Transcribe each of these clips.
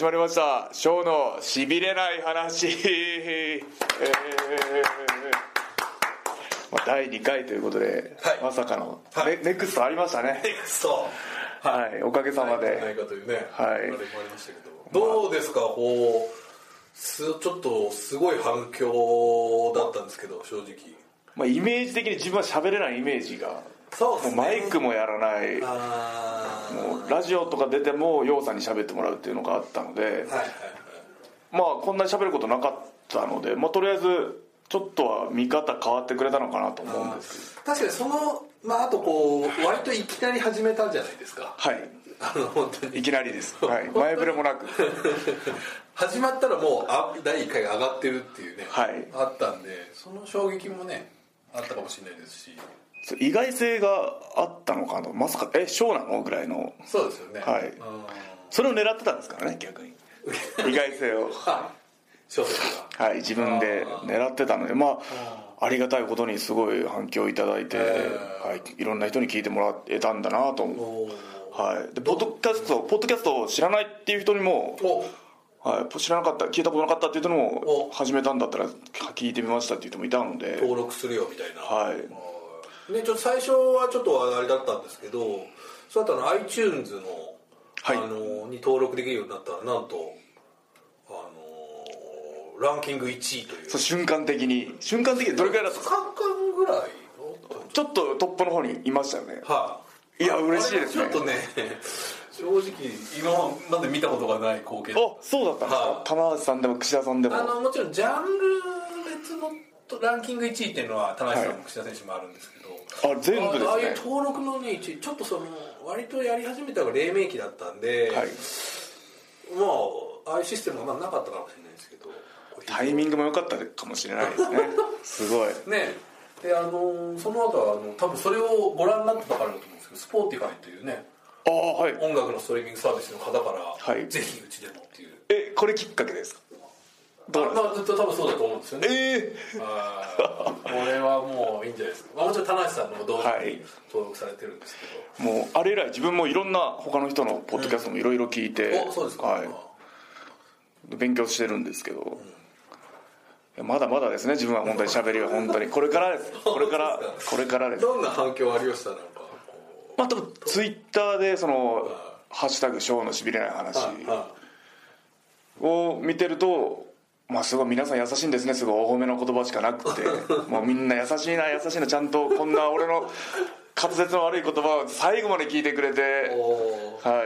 始まりましたショーのしびれない話、第2回ということで、 はい、 まさかの、 はい、 ネクストありましたね。 ネクスト、 はい、おかげさまで、 はい、ないかというね、 はい、 あれもありましたけど、どうですか、こうちょっとすごい反響だったんですけど、正直、 イメージ的に自分は喋れないイメージが、 そうですね、 もうマイクもやらない、もうラジオとか出ても陽さんに喋ってもらうっていうのがあったので、はいはいはい、こんなに喋ることなかったので、とりあえずちょっとは見方変わってくれたのかなと思うんです。 確かにその、あとこう割といきなり始めたじゃないですか。 はい、 本当にいきなりです、はい、前触れもなく始まったらもう第1回が上がってるっていうね、 はい、 あったんで、その衝撃もねあったかもしれないですし、 意外性があったのかな、まさかショーなのぐらいの。 そうですよね、 はい、それを狙ってたんですからね、逆に意外性を小説が、はい、自分で狙ってたので、ありがたいことにすごい反響いただいて、はい、いろんな人に聞いてもらえたんだなと思う、はい、でポッドキャストを知らないっていう人にも、はい、知らなかった、聞いたことなかったっていう人にも、始めたんだったら聞いてみましたっていう人もいたので、 登録するよみたいな、 はいね、ちょっと最初はちょっとあれだったんですけど、そうだったの iTunes の、 はい、 に登録できるようになったら、なんとランキング1位という、 そう、瞬間的にどれくらいだったんですか？ 2日間ぐらいちょっとトップの方にいましたよね。 はい、 いや嬉しいですね。 ちょっとね正直今まで見たことがない光景。 そうだったんですか？棚橋さんでも櫛田さんでも、 もちろんジャンル別のランキング1位っていうのは棚橋さんも櫛田選手もあるんですけど、 全部ですね。 ああいう登録のね1位、ちょっと割とやり始めたのが黎明期だったんで、はい、ああいうシステムがなかったかもしれないですけど、 タイミングも良かったかもしれないですねすごいね。でその後は多分それをご覧になってたからだと思うんですけど、スポーティファイというね、 はい、 音楽のストリーミングサービスの方から、 はい、 ぜひうちでもっていう、 これきっかけですか？ ずっと多分そうだと思うんですよね。これはもういいんじゃないですか。もちろん田無さんのも同時に登録されてるんですけど、 もうあれ以来自分もいろんな他の人のポッドキャストもいろいろ聞いて、 そうですか、 はい、勉強してるんですけど、まだまだですね、自分は本当に喋りは本当にこれからですこれからです。 どんな反響ありました？なんか多分ツイッターでハッシュタグショーのしびれない話を見てると、すごい皆さん優しいんですね。すごいお褒めの言葉しかなくてもうみんな優しいなちゃんとこんな俺の滑舌の悪い言葉を最後まで聞いてくれて、はい、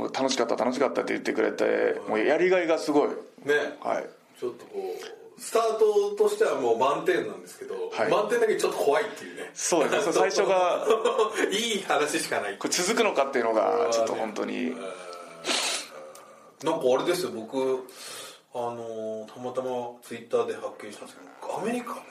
楽しかったって言ってくれて、もうやりがいがすごいね、はい、 ちょっとこうスタートとしてはもう満点なんですけど、はい、満点だけちょっと怖いっていうね。 そうですね最初がいい話しかない、 これ続くのかっていうのがちょっと本当に、 なんかあれですよ、僕たまたまツイッターで発見したんですけど、アメリカの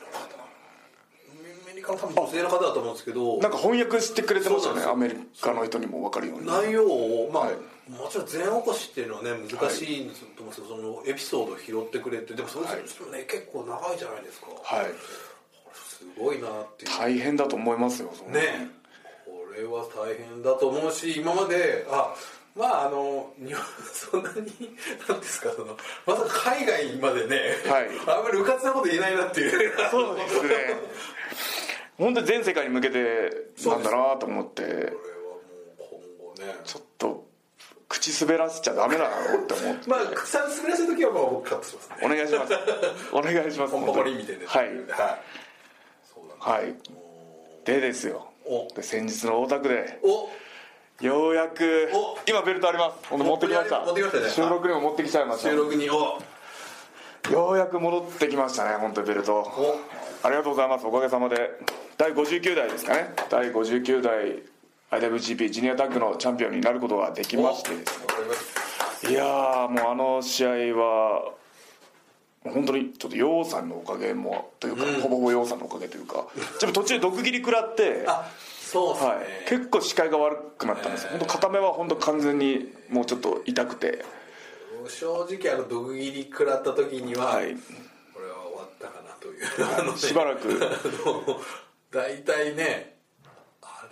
多分女性の方だと思うんですけど、 なんか翻訳してくれてましたね、アメリカの人にも分かるように。 内容をもちろん全起こしっていうのはね難しいんですと思うんですけど、そのエピソードを拾ってくれて、でもそれもね、結構長いじゃないですか。はい、すごいなっていう。 大変だと思いますよね。これは大変だと思うし、今まで日本そんなになんですか、まさか海外までね、はい、あんまりうかつなこと言えないなっていう。 そうですね本当に全世界に向けてなんだなと思って、これはもう今後ねちょっと口滑らせちゃダメだろうって思って、 滑らせる時は僕カットしますね。 お願いしますお願いします。 ポンポコリンみたいな。 はいはい、でですよ、で先日の大田区でようやく今ベルトあります。持ってきました。収録にも持ってきちゃいました。 収録にようやく戻ってきましたね、本当にベルト。ありがとうございます。おかげさまで第59代ですかね、第59代 IWGP ジュニアタッグのチャンピオンになることができましてですね、いやーもう試合は本当にちょっと楊さんのおかげもというか、ほぼほぼ楊さんのおかげというか、ちょっと途中毒斬り食らってそうですね、 結構視界が悪くなったんですよ。本当片目は本当完全にもうちょっと痛くて、 正直毒斬り食らった時には、これは終わったかなという、 しばらく大体ね、あ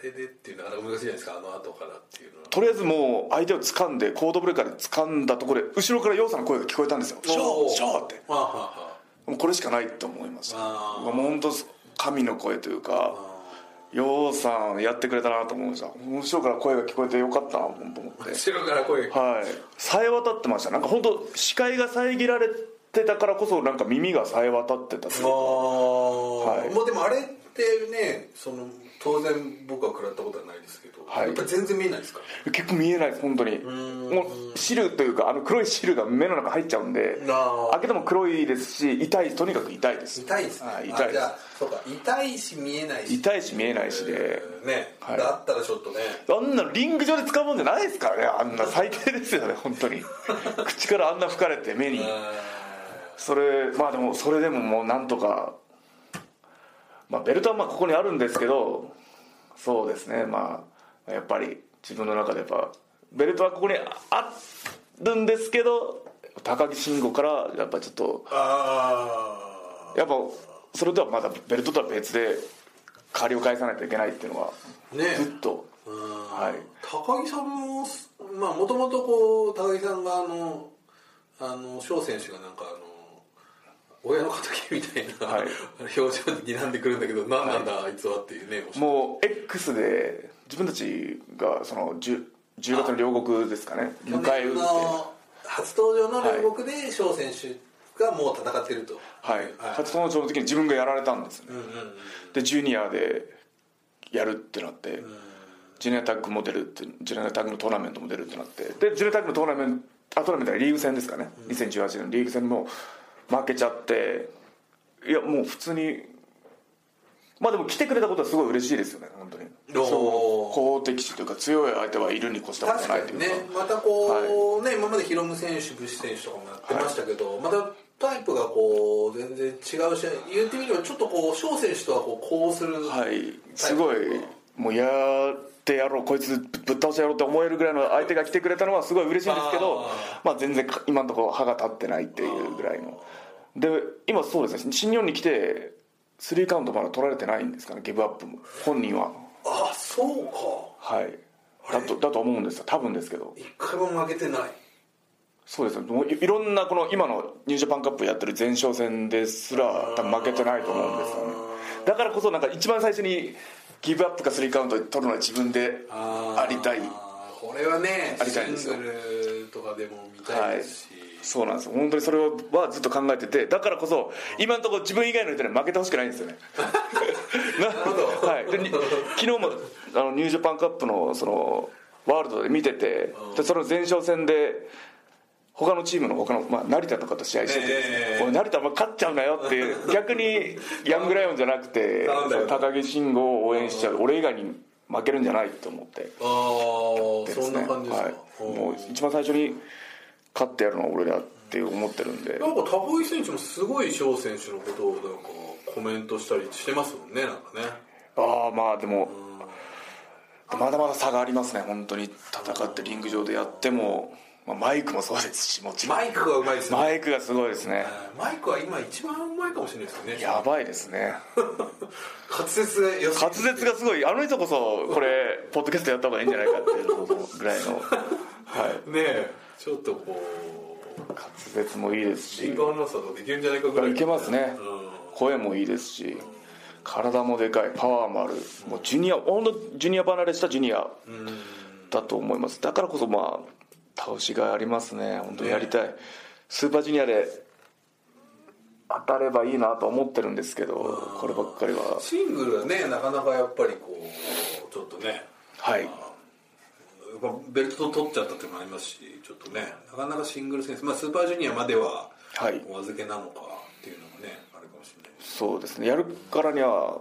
れでっていうのはなかなか難しいじゃないですか、あの後からっていうのは。 とりあえずもう相手を掴んでコードブレーカーで掴んだところで後ろから楊さんの声が聞こえたんですよ。ショーショーって、もうこれしかないと思いました。もう本当神の声というか、楊さんやってくれたなと思いました。後ろから声が聞こえてよかったなと思って。 後ろから声が聞こえて、 はい、さえ渡ってました。なんか本当視界が遮られてたからこそなんか耳がさえ渡ってたというか、 はい、もうでもあれってね、その当然僕は食らったことはないですけど、はい、やっぱり全然見えないですか？ 結構見えないです本当に。もう汁というか黒い汁が目の中入っちゃうんで、開けても黒いですし痛い、とにかく痛いです。 痛いですね。 はい、痛いです。 じゃあそうか、痛いし見えないし、 痛いし見えないしでね、はい、だったらちょっとね、 あんなリング上で使うもんじゃないですからね。あんな最低ですよね本当に口からあんな吹かれて目にそれ、まあでもそれでももうなんとか、まあ、ベルトはまあここにあるんですけど、そうですね、まあやっぱり自分の中でやっぱベルトはここにあるんですけど、高木慎吾からやっぱちょっとやっぱそれとはまだベルトとは別で借りを返さないといけないっていうのはずっと、 ね、はい、高木さんもまあもともとこう高木さんが翔選手がなんか親の敵みたいな、はい、表情に睨んでくるんだけど、何なんだ、はい、あいつはっていうね。 もう X で自分たちがその 10月の両国ですかね、 迎え撃って初登場の両国で翔選手がもう戦ってると、 はい、はい、初登場の時に自分がやられたんですね、でジュニアでやるってなって、ジュニアタッグも出るって、ジュニアタッグのトーナメントも出るってなって、でジュニアタッグのトーナメントはリーグ戦ですかね、2018年のリーグ戦も負けちゃって、いやもう普通に、まあでも来てくれたことはすごい嬉しいですよね本当に。そう好敵手というか強い相手はいるに越したことないというか。 確かにね、またこう、はい、ね、今までヒロム選手、ブシ選手とかもやってましたけど、はい、またタイプがこう全然違う試合、言ってみればちょっとこう翔選手とはこうする、 はい、すごいもうやってやろう、こいつぶっ倒してやろうって思えるぐらいの相手が来てくれたのはすごい嬉しいんですけど、まあ全然今のところ歯が立ってないっていうぐらいので、今そうですね、新日本に来て3カウントまだ取られてないんですかね、ギブアップも本人は。 あ、そうか、はい、だと思うんですよ、多分ですけど。 一回も負けてない。 そうですね、もういろんなこの今のニュージャパンカップやってる前哨戦ですら多分負けてないと思うんですよね。だからこそなんか一番最初にギブアップか3カウント取るのは自分でありたい。 これはね、 ありたいんですよ。 シングルとかでも見たいですし、はい、 そうなんですよ、本当にそれはずっと考えてて、だからこそ今のところ自分以外の人に負けてほしくないんですよねなるほど、 はい、で昨日もニュージャパンカップのそのワールドで見てて、でその前哨戦で他のチームのまあ、成田とかと試合してて、成田勝っちゃうなよっていう逆にヤングライオンじゃなくて高木慎吾を応援しちゃう、俺以外に負けるんじゃないと思って、 そんな感じですか、はい、 もう一番最初に勝ってやるのは俺だって思ってるんで。 なんか高木選手もすごい翔選手のことをなんかコメントしたりしてますもんね、なんかね。 まあでもまだまだ差がありますね本当に。戦ってリング上でやっても、まあ、マイクもそうですし、もちろんマイクがうまいですね。 マイクがすごいですね。 マイクは今一番うまいかもしれないですね。 やばいですね滑舌が良すぎて、 滑舌がすごい、あの人こそこれポッドキャストやった方がいいんじゃないかっていうぐらいのはいねえ、ちょっとこう滑舌もいいですし、 リングアナウンサーとできるんじゃないかぐらいいけますね、声もいいですし、体もでかい、パワーもある、もうジュニア、本当ジュニア離れしたジュニアだと思います。だからこそまあ倒しがいありますね、本当にやりたい、スーパージュニアで当たればいいなと思ってるんですけど、こればっかりはシングルはね、なかなかやっぱりこうちょっとね、 はい、 ベルト取っちゃったっていうのもありますし、ちょっとね、なかなかシングル戦、まあ、スーパージュニアまではお預けなのかっていうのもね、あるかもしれないです。 そうですね、やるからには、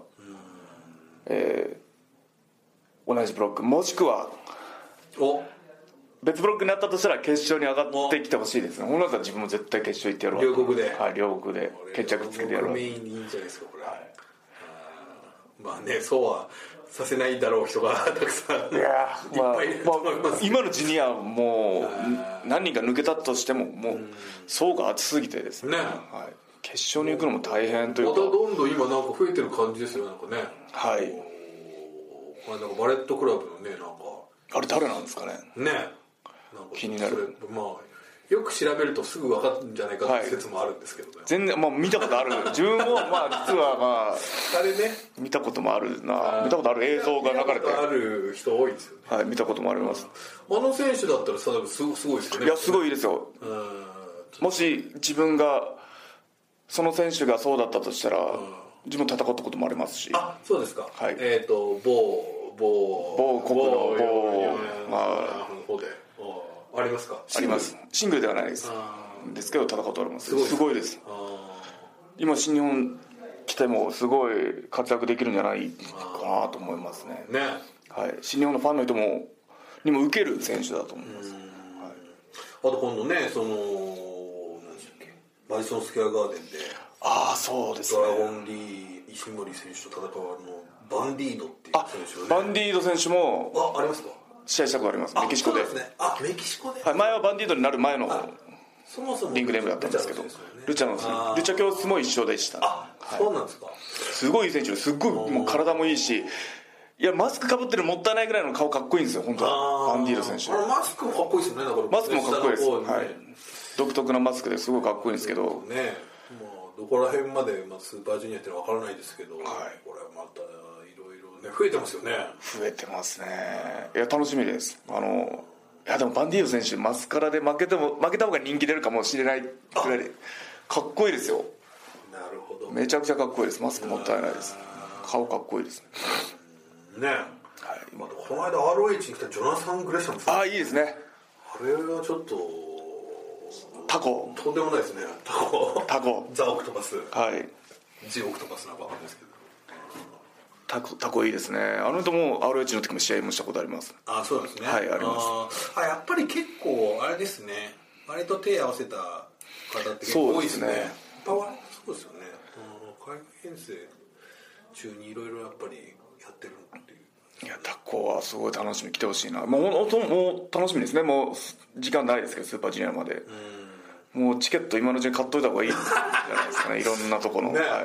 同じブロックもしくは別ブロックになったとしたら決勝に上がってきてほしいですね。本来は自分も絶対決勝行ってやろう。 両国で、 はい、両国で決着つけてやろう。 メインにいいんじゃないですかこれ、はい、まあね、そうはさせないだろう人がたくさんいっぱいいると思います、 今のジュニアもう何人か抜けたとしてももう層が厚すぎてですね、はい、決勝に行くのも大変というか、 またどんどん今なんか増えてる感じですよ、なんかね。 はい、 なんかバレットクラブのね、なんかあれ誰なんですかね。 ね、なんか気になる。 まあよく調べるとすぐ分かるんじゃないかという説もあるんですけどね、 全然、まあ、見たことある自分もまあ実はまああれね、 見たこともあるな、見たことある映像が流れて、 見たことある人多いですよね。 はい、見たこともあります。 あの選手だったらすごいですよね。 いやすごいですよ。もし自分がその選手がそうだったとしたら、自分も戦ったこともありますし。 あ、そうですか。 はい。 某国の方でありますか。 あります。シングルではないですけど戦ったことあります。すごいです。今新日本来てもすごい活躍できるんじゃないかなと思いますね。はい。新日本のファンの人にも受ける選手だと思います。 あと今度ね、何でしたっけ、マディソンスクエアガーデンで、 そうですね、 ドラゴンリー石森選手と戦うバンディードっていう選手をね。 バンディード選手もありますか。 試合したことあります。メキシコで。 そうですね。メキシコで。 はい、前はバンディードになる前のそもそもリングネームだったんですけど、ルチャ教室も一緒でした。 そうなんですか。 すごいいい選手で、すっごいもう体もいいし、いやマスクかぶってるもったいないぐらいの顔かっこいいんですよ本当は。バンディード選手、 マスクもかっこいいですよね。 マスクもかっこいいです、はい、独特なマスクですごいかっこいいんですけどね、どこら辺までスーパージュニアってわからないですけど、これまたいろいろね増えてますよね。 増えてますね。いや楽しみです。いやでもバンディード選手マスカラで負けた方が人気出るかもしれないぐらいでかっこいいですよ。 なるほど。 めちゃくちゃかっこいいです。マスクもったいないです。顔かっこいいですね。はい。この間 ROH に来たジョナサン・グレシャムさん。 いいですね。 あれはちょっとタコとんでもないですね。タコザ・オクトパス。 はい。 ジ・オクトパスなんかわかんないですけど。 タコいいですね。あの人も ROH の時も試合もしたことあります。 そうなんですね。 はい、あります。 やっぱり結構あれですね、割と手合わせた方って結構多いですね。そうですよね。海外遠征中にいろいろやっぱりやってるっていう。 いやタコはすごい楽しみ、来てほしいな。もう楽しみですね。もう時間ないですけどスーパージュニアまで。もうチケット今のうちに買っといた方がいいじゃないですかね。いろんなとこの。 ね、 はい。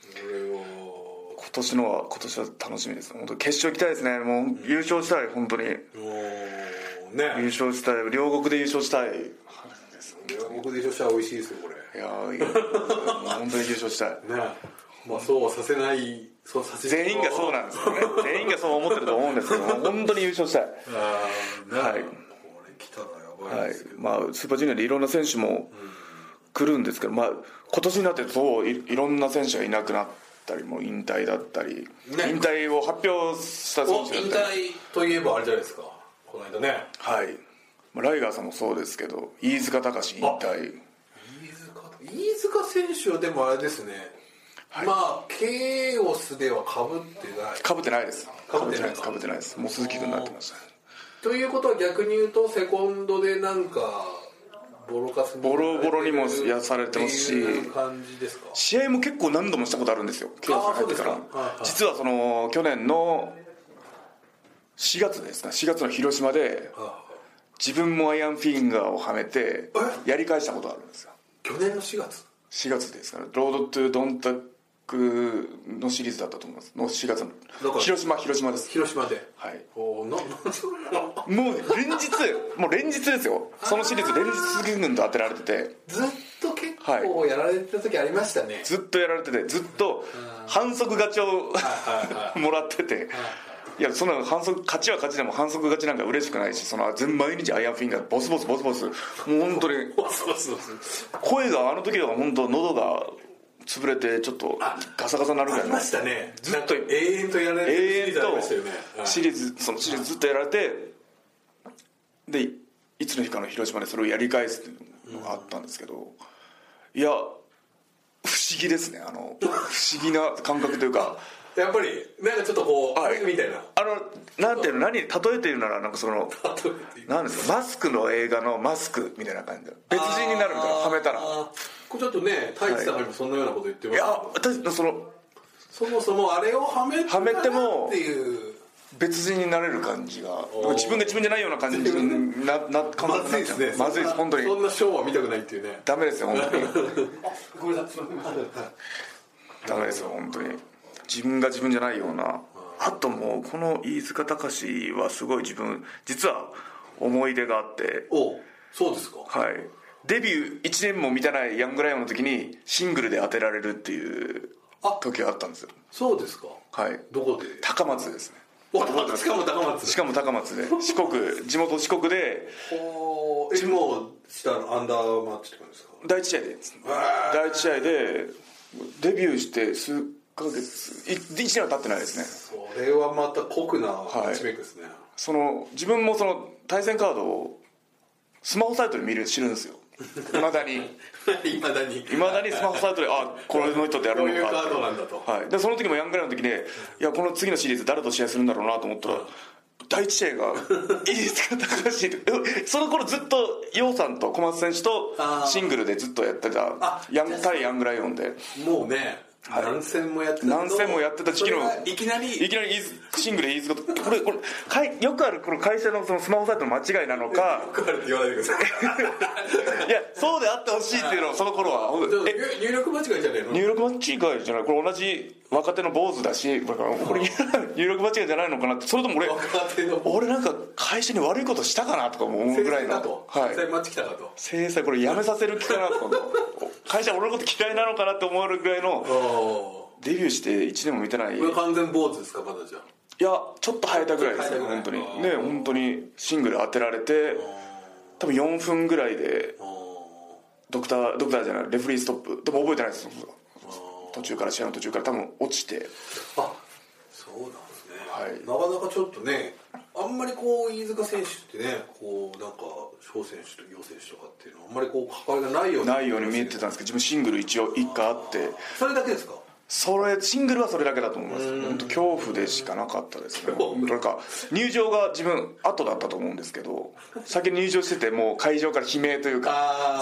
今年は楽しみです。本当決勝行きたいですね。もう優勝したい本当に。優勝したい。両国で優勝したい。 両国で優勝したら美味しいですよこれ。 いや本当に優勝したい。 ね。そうはさせない。 全員がそうなんですよね。全員がそう思ってると思うんですけど本当に優勝したい。はい。 これ来たらやばいですけど。 スーパージュニアでいろんな選手も来るんですけど、今年になっていろんな選手がいなくなったりも引退だったり、引退を発表した選手だったり。 引退といえばあれじゃないですか。この間ね。 はい。ライガーさんもそうですけど、飯塚隆引退。 飯塚選手はでもあれですね。ケイオスではかぶってない。 かぶってないです。かぶってないです。もう鈴木君になってました。 ということは逆に言うとセコンドでなんかボロボロにもやされてますし、 感じですか。 試合も結構何度もしたことあるんですよ。ケイオスに入ってから。実は去年の4月ですか。4月の広島で自分もアイアンフィンガーをはめてやり返したことがあるんですよ。 去年の4月ですから、ロードトゥドンタックのシリーズだったと思います。の4月の広島です。 広島で。 はい。 もう連日ですよ。そのシリーズ連日鈴木軍と当てられてて、 ずっと結構やられてた時ありましたね。 ずっとやられてて、ずっと反則勝ちをもらってて、いやその勝ちは勝ちでも反則勝ちなんか嬉しくないし、毎日アイアンフィンガーボスボスもう本当に声があの時は本当喉が潰れてちょっとガサガサになるぐらいの。 ありましたね。 ずっと永遠とやられてるシリーズずっとやられて、でいつの日かの広島でそれをやり返すっていうのがあったんですけど、いや不思議ですね。不思議な感覚というか。 やっぱりなんかちょっとみたいななんていうの、例えて言うならなんかなんですか、マスクの映画のマスクみたいな感じで別人になるみたいな、はめたらこれちょっとね、太一さんが今そんなようなこと言ってます。 いや私そもそもあれをはめてもっていう別人になれる感じが、自分が自分じゃないような感じになまずいですね。 まずいです本当に。 そんなショーは見たくないっていうね。 ダメですよ本当に。 ごめんなさい。 ダメですよ本当に。自分が自分じゃないようなあともうこの飯塚隆はすごい自分実は思い出があって。 そうですか。 はい。デビュー1年も満たないヤングライオンの時にシングルで当てられるっていう時があったんですよ。 そうですか。 はい。 どこで？ 高松ですね。 しかも高松で地元四国でもう下のアンダーマッチって感じですか？ 第一試合で第一試合でデビューして数ヶ月1年は経ってないですね。 それはまた酷なマッチメイクですね。 自分もその対戦カードをスマホサイトで知るんですよ。いまだにスマホサイトでこれの人ってやるのか、 こういうカードなんだと。 はい。でその時もヤングライオンの時で、いやこの次のシリーズ誰と試合するんだろうなと思ったら、第一試合が飯塚隆ってその頃ずっと楊さんと小松選手とシングルでずっとやってた対ヤングライオンで、 もうね、何戦もやってた時期のいきなりシングルで飯塚とこれよくあるこの会社のそのスマホサイトの間違いなのか、 よくあるって言わないでください。 いやそうであってほしいっていうのをその頃は入力間違いじゃないの？ 入力間違いじゃない、これ同じ若手の坊主だし、これ入力間違いじゃないのかなって。それとも俺なんか会社に悪いことしたかなとか思うぐらいの制裁マッチ来たかと、 制裁これやめさせる気かなとか会社俺のこと嫌いなのかなって思われるぐらいのデビューして1年も見てない。 これ完全坊主ですかまだ？じゃあいやちょっと生えたぐらいですね本当にね。本当にシングル当てられて多分4分ぐらいでドクターじゃないレフェリーストップでも覚えてないです。試合の途中から多分落ちて。 そうなんですね。はい。なかなかちょっとね、あんまり飯塚選手ってね、なんか翔選手と楊選手とかっていうのはあんまり関わりがないように見えてたんですけど、自分シングル一応1回あって。 それだけですか？ シングルはそれだけだと思います。本当恐怖でしかなかったですね。なんか入場が自分後だったと思うんですけど、先に入場しててもう会場から悲鳴というか、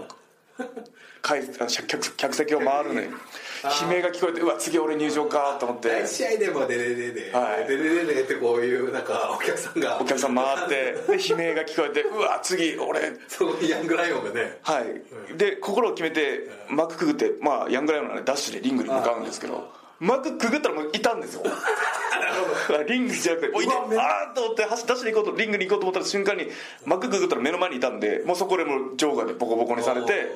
客席を回るのに悲鳴が聞こえて、うわ次俺入場かと思って、 試合でもデレデレってこういうなんかお客さん回ってで悲鳴が聞こえて、うわ次俺そのヤングライオンがね、 で心を決めて幕くぐって、ヤングライオンはダッシュでリングに向かうんですけど、幕くぐったらもういたんですよ。リングじゃなくていて、と思ってダッシュで行こうとリングに行こうと思った瞬間に幕くぐったら目の前にいたんで、もうそこでもう場外でボコボコにされて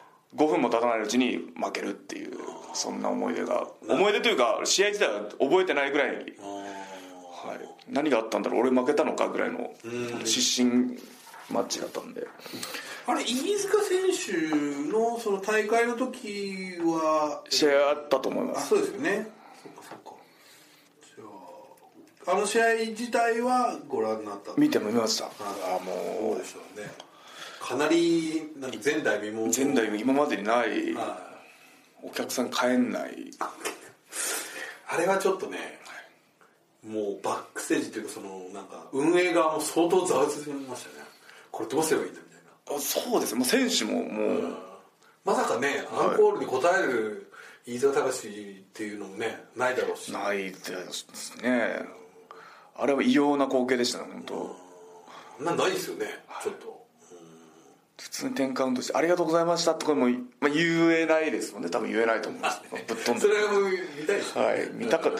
5分も経たないうちに負けるっていう、そんな思い出というか試合自体は覚えてないぐらい、何があったんだろう俺負けたのかぐらいの失神マッチだったんで。 あれ飯塚選手のその大会の時は試合あったと思います。 そうですよね。そっかじゃああの試合自体はご覧になった？ 見ました。もうそうでしょうね。かなり前代未聞、 今までにない、お客さん帰んないあれはちょっとね、もうバックステージというかなんか運営側も相当ざわつきましたね。これどうすればいいんだみたいな。 そうですね。もう選手もまさかね、アンコールに応える飯塚隆っていうのもねないだろうし。 ないですね。あれは異様な光景でしたね本当。 ないですよね、ちょっと。 普通に10カウントしてありがとうございましたとかも、言えないですもんね。多分言えないと思います。ぶっ飛んでそれは見たいですね。 見たかった。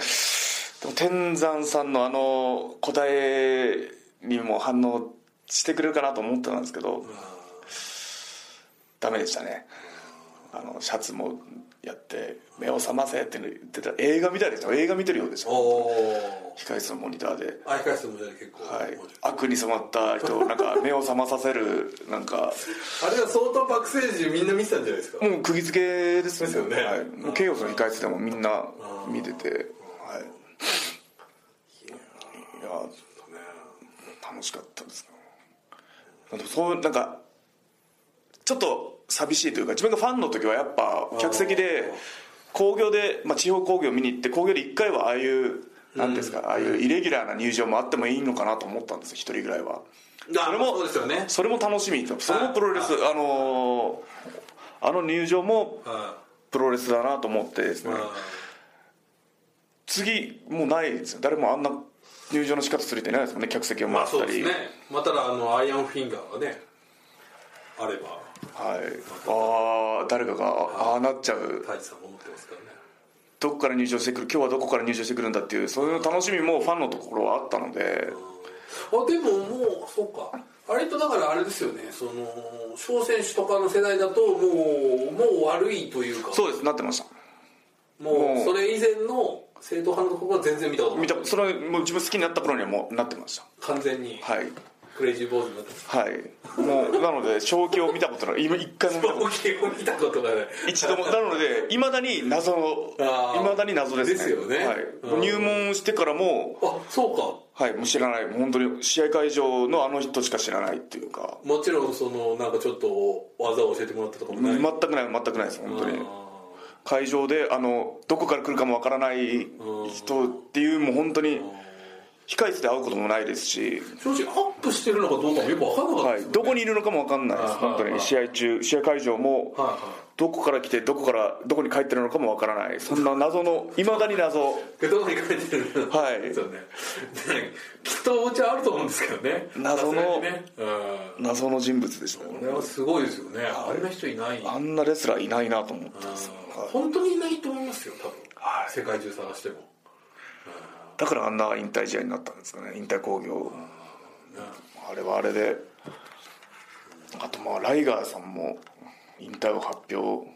でも天山さんの答えにも反応してくれるかなと思ってたんですけど、ダメでしたね。シャツもやって目を覚ませって言ってた。映画みたいでした。映画見てるようでした。控室のモニターで。 控室のモニターで結構。 悪に染まった人なんか目を覚まさせるなんか。 あれは相当バックステージみんな見てたんじゃないですか。 もう釘付けですよね。 ケイオスの控室でもみんな見てて、いや楽しかったですね。そうなんかちょっと寂しいというか、自分がファンの時はやっぱ客席で興行で、地方興行見に行って興行で1回はああいうなんですか、ああいうイレギュラーな入場もあってもいいのかなと思ったんですよ、一人ぐらいは。 そうですよね。 それも楽しみ、それもプロレス、あの入場もプロレスだなと思ってですね、次もうないですよ。誰もあんな入場の仕方する人いないですもんね、客席を回ったり。 そうですね。ただアイアンフィンガーがねあれば、 誰かがああなっちゃう。 太一さんも思ってますからね。 どこから入場してくる、今日はどこから入場してくるんだっていう、そういう楽しみもファンのところはあったので、 でももうそうか、割とだからあれですよね、その小選手とかの世代だともう悪いというか、 そうです、なってました。 もうそれ以前の正統派のところは全然見たことない。 それもう自分好きになった頃にはもうなってました。 完全に。 はい。 クレイジー坊主になってます。 はい。もうなので正気を見たことない。今一回も見たことない。 正気を見たことがない。 一度も。なのでいまだに謎ですね。 ですよね。 はい。入門してからも。 あ、そうか。 はい。もう知らない。本当に試合会場のあの人しか知らないっていうか。 もちろんそのなんかちょっと技を教えてもらったとかもない。 全くないです本当に。会場でどこから来るかもわからない人っていうもう本当に控室で会うこともないですし、 正直アップしてるのかどうかもよく分からなかったですよね。 どこにいるのかもわかんないです本当に。試合会場もどこから来てどこに帰ってるのかもわからない、そんな謎のいまだに謎。 どこに帰ってるのはいですよね。きっとお家あると思うんですけどね。 謎の人物でしたね。 これはすごいですよね。あんな人いない。 あんなレスラーいないなと思ってます。 本当にいないと思いますよ多分。世界中探しても。 だからあんな引退試合になったんですかね、引退興行。あれはあれで、あとライガーさんも引退を発表、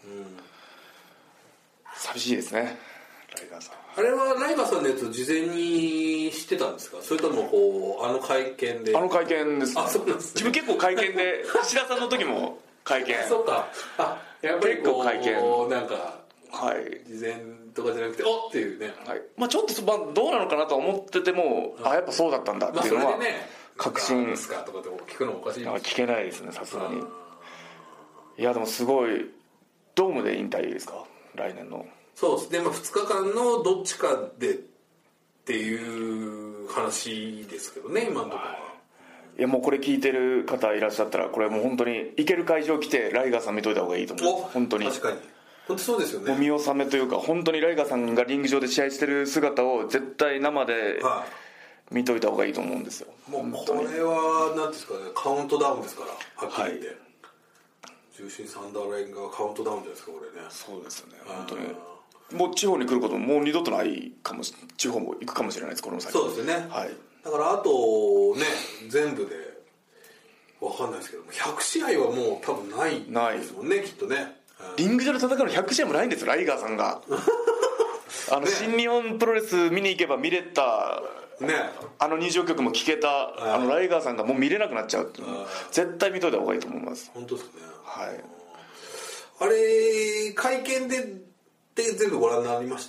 寂しいですね、ライガーさん。 あれはライガーさんのやつ事前に知ってたんですか、それともあの会見で。 あの会見です。 あ、そうなんですね。 自分結構会見で岸田さんの時も会見そうか、やっぱり結構会見なんか、はい、事前とかじゃなくておっていうね、 はい、ちょっとどうなのかなと思ってても、やっぱそうだったんだっていうのは、確信。 ですかとかでも聞くのもおかしいです。 聞けないですね、さすがに。いやでもすごい、ドームで引退ですか、来年の。 そうですね、2日間のどっちかでっていう話ですけどね、今のところは。 いやもうこれ聞いてる方いらっしゃったら、これもう本当に行ける会場来てライガーさん見といた方がいいと思う。本当に。 確かに本当そうですよね。 もう見納めというか、本当にライガーさんがリング上で試合してる姿を絶対生で見といた方がいいと思うんですよ。 もうこれは何ですかね、カウントダウンですから、はっきり言って、重心サンダーラインがカウントダウンじゃないですかこれね。 そうですよね、本当に。もう地方に来ることももう二度とないかも地方も行くかもしれないです、この先。 そうですよね、 はい、 だからあとね、全部で分かんないですけども100試合はもう多分ないですもんね、きっとね。 リング上で戦うの100試合もないんですよ、ライガーさんがね、新日本プロレス見に行けば見れた、ね、入場曲も聴けたライガーさんがもう見れなくなっちゃうっていうの、絶対見といた方がいいと思います。 本当ですね。 はい。 あれ会見で全部ご覧になりました？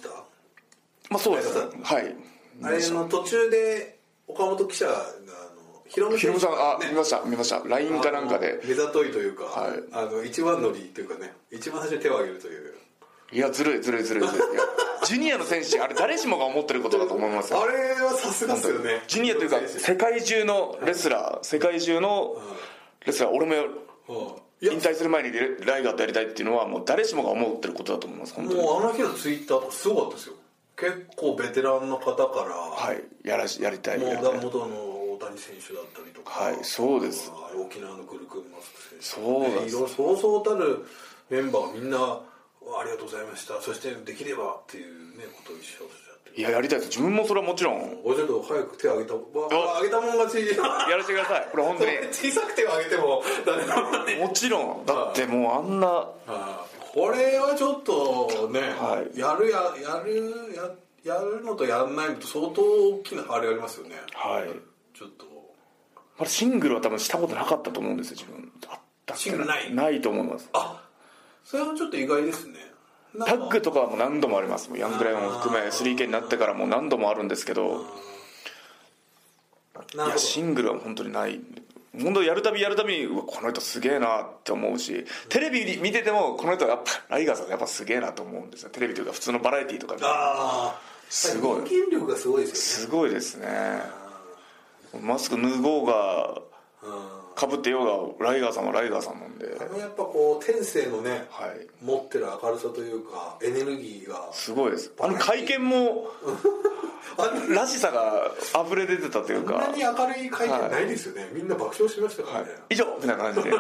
そうです、はい。 あれの途中で岡本記者がヒロムさん、 見ました LINE かなんかで目ざといというか、一番乗りというかね、一番最初に手を挙げるという。 いやずるいジュニアの選手、あれ誰しもが思ってることだと思いますよ。 あれはさすがですよね。 ジュニアというか世界中のレスラー、俺も引退する前にライガーとやりたいっていうのはもう誰しもが思ってることだと思います。本当にもうあの日のツイッターとかすごかったですよ。結構ベテランの方から、 はい、やりたいもう元の大谷選手だったりとか、 はい、そうです。 沖縄のグルクンマスク選手、 そうです。 そうそうたるメンバーがみんなありがとうございました、そしてできればっていうねことを一緒にいや、やりたいです。自分もそれはもちろん。 ちょっと早く手を挙げたもん勝ち。 やらせてください。これ本当に。 小さく手を挙げても誰もね。 もちろん。だってもうあんな。 これはちょっとね、 はい、 やるのとやらないのと相当大きなあれがありますよね。はい。ちょっと。 シングルは多分したことなかったと思うんですよ、自分。 シングルないと思います。 それはちょっと意外ですね。 タッグとかはもう何度もあります。ヤングライオンを含め 3K になってからもう何度もあるんですけど、いやシングルは本当にない。本当やるたびこの人すげえなって思うし、テレビ見ててもこの人はやっぱライガーさんやっぱすげえなと思うんですよ。テレビというか普通のバラエティーとかですごい人間力がすごいですよね。すごいですね。マスク脱ごうがかぶってようがライガーさんはライガーさんなんで、 やっぱ天性のね、持ってる明るさというかエネルギーがすごいです。会見もらしさが溢れ出てたというか、 こんなに明るい会見ないですよね。みんな爆笑しましたからね。 以上みたいな感じで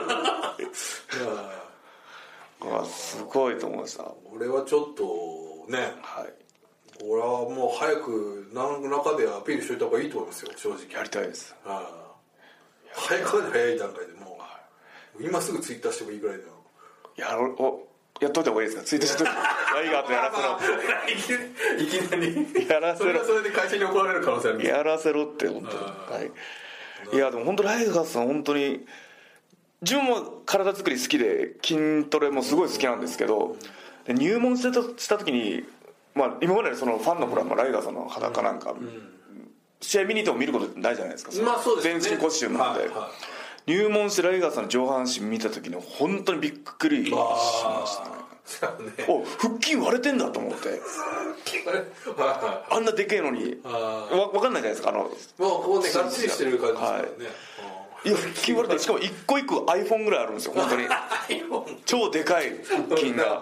すごいと思いました。 俺はちょっとね、 俺はもう早く何らかでアピールしといた方がいいと思いますよ、正直。 やりたいです。 かなり早い段階でもう今すぐツイッターしてもいいぐらいだよ。 やっといた方がいいですか、ツイートしといてライガーとやらせろいきなりやらせろ、 それはそれで会社に怒られる可能性あります。 やらせろって本当に、はい、いやでも本当ライガーさん本当に自分も体作り好きで筋トレもすごい好きなんですけど、で入門した時に、今までそのファンの頃はライガーさんの裸なんか、試合見に行っても見ることないじゃないですか、 そうですね、 全身コスチュームなんで、入門してライガーさんの上半身見た時に本当にびっくりしましたね。腹筋割れてんだと思ってあんなでけえのに分かんないじゃないですか、 もうこうねがっちりしてる感じですからね、 いや腹筋割れて、しかも一個一個 iPhone ぐらいあるんですよ本当に超でかい腹筋が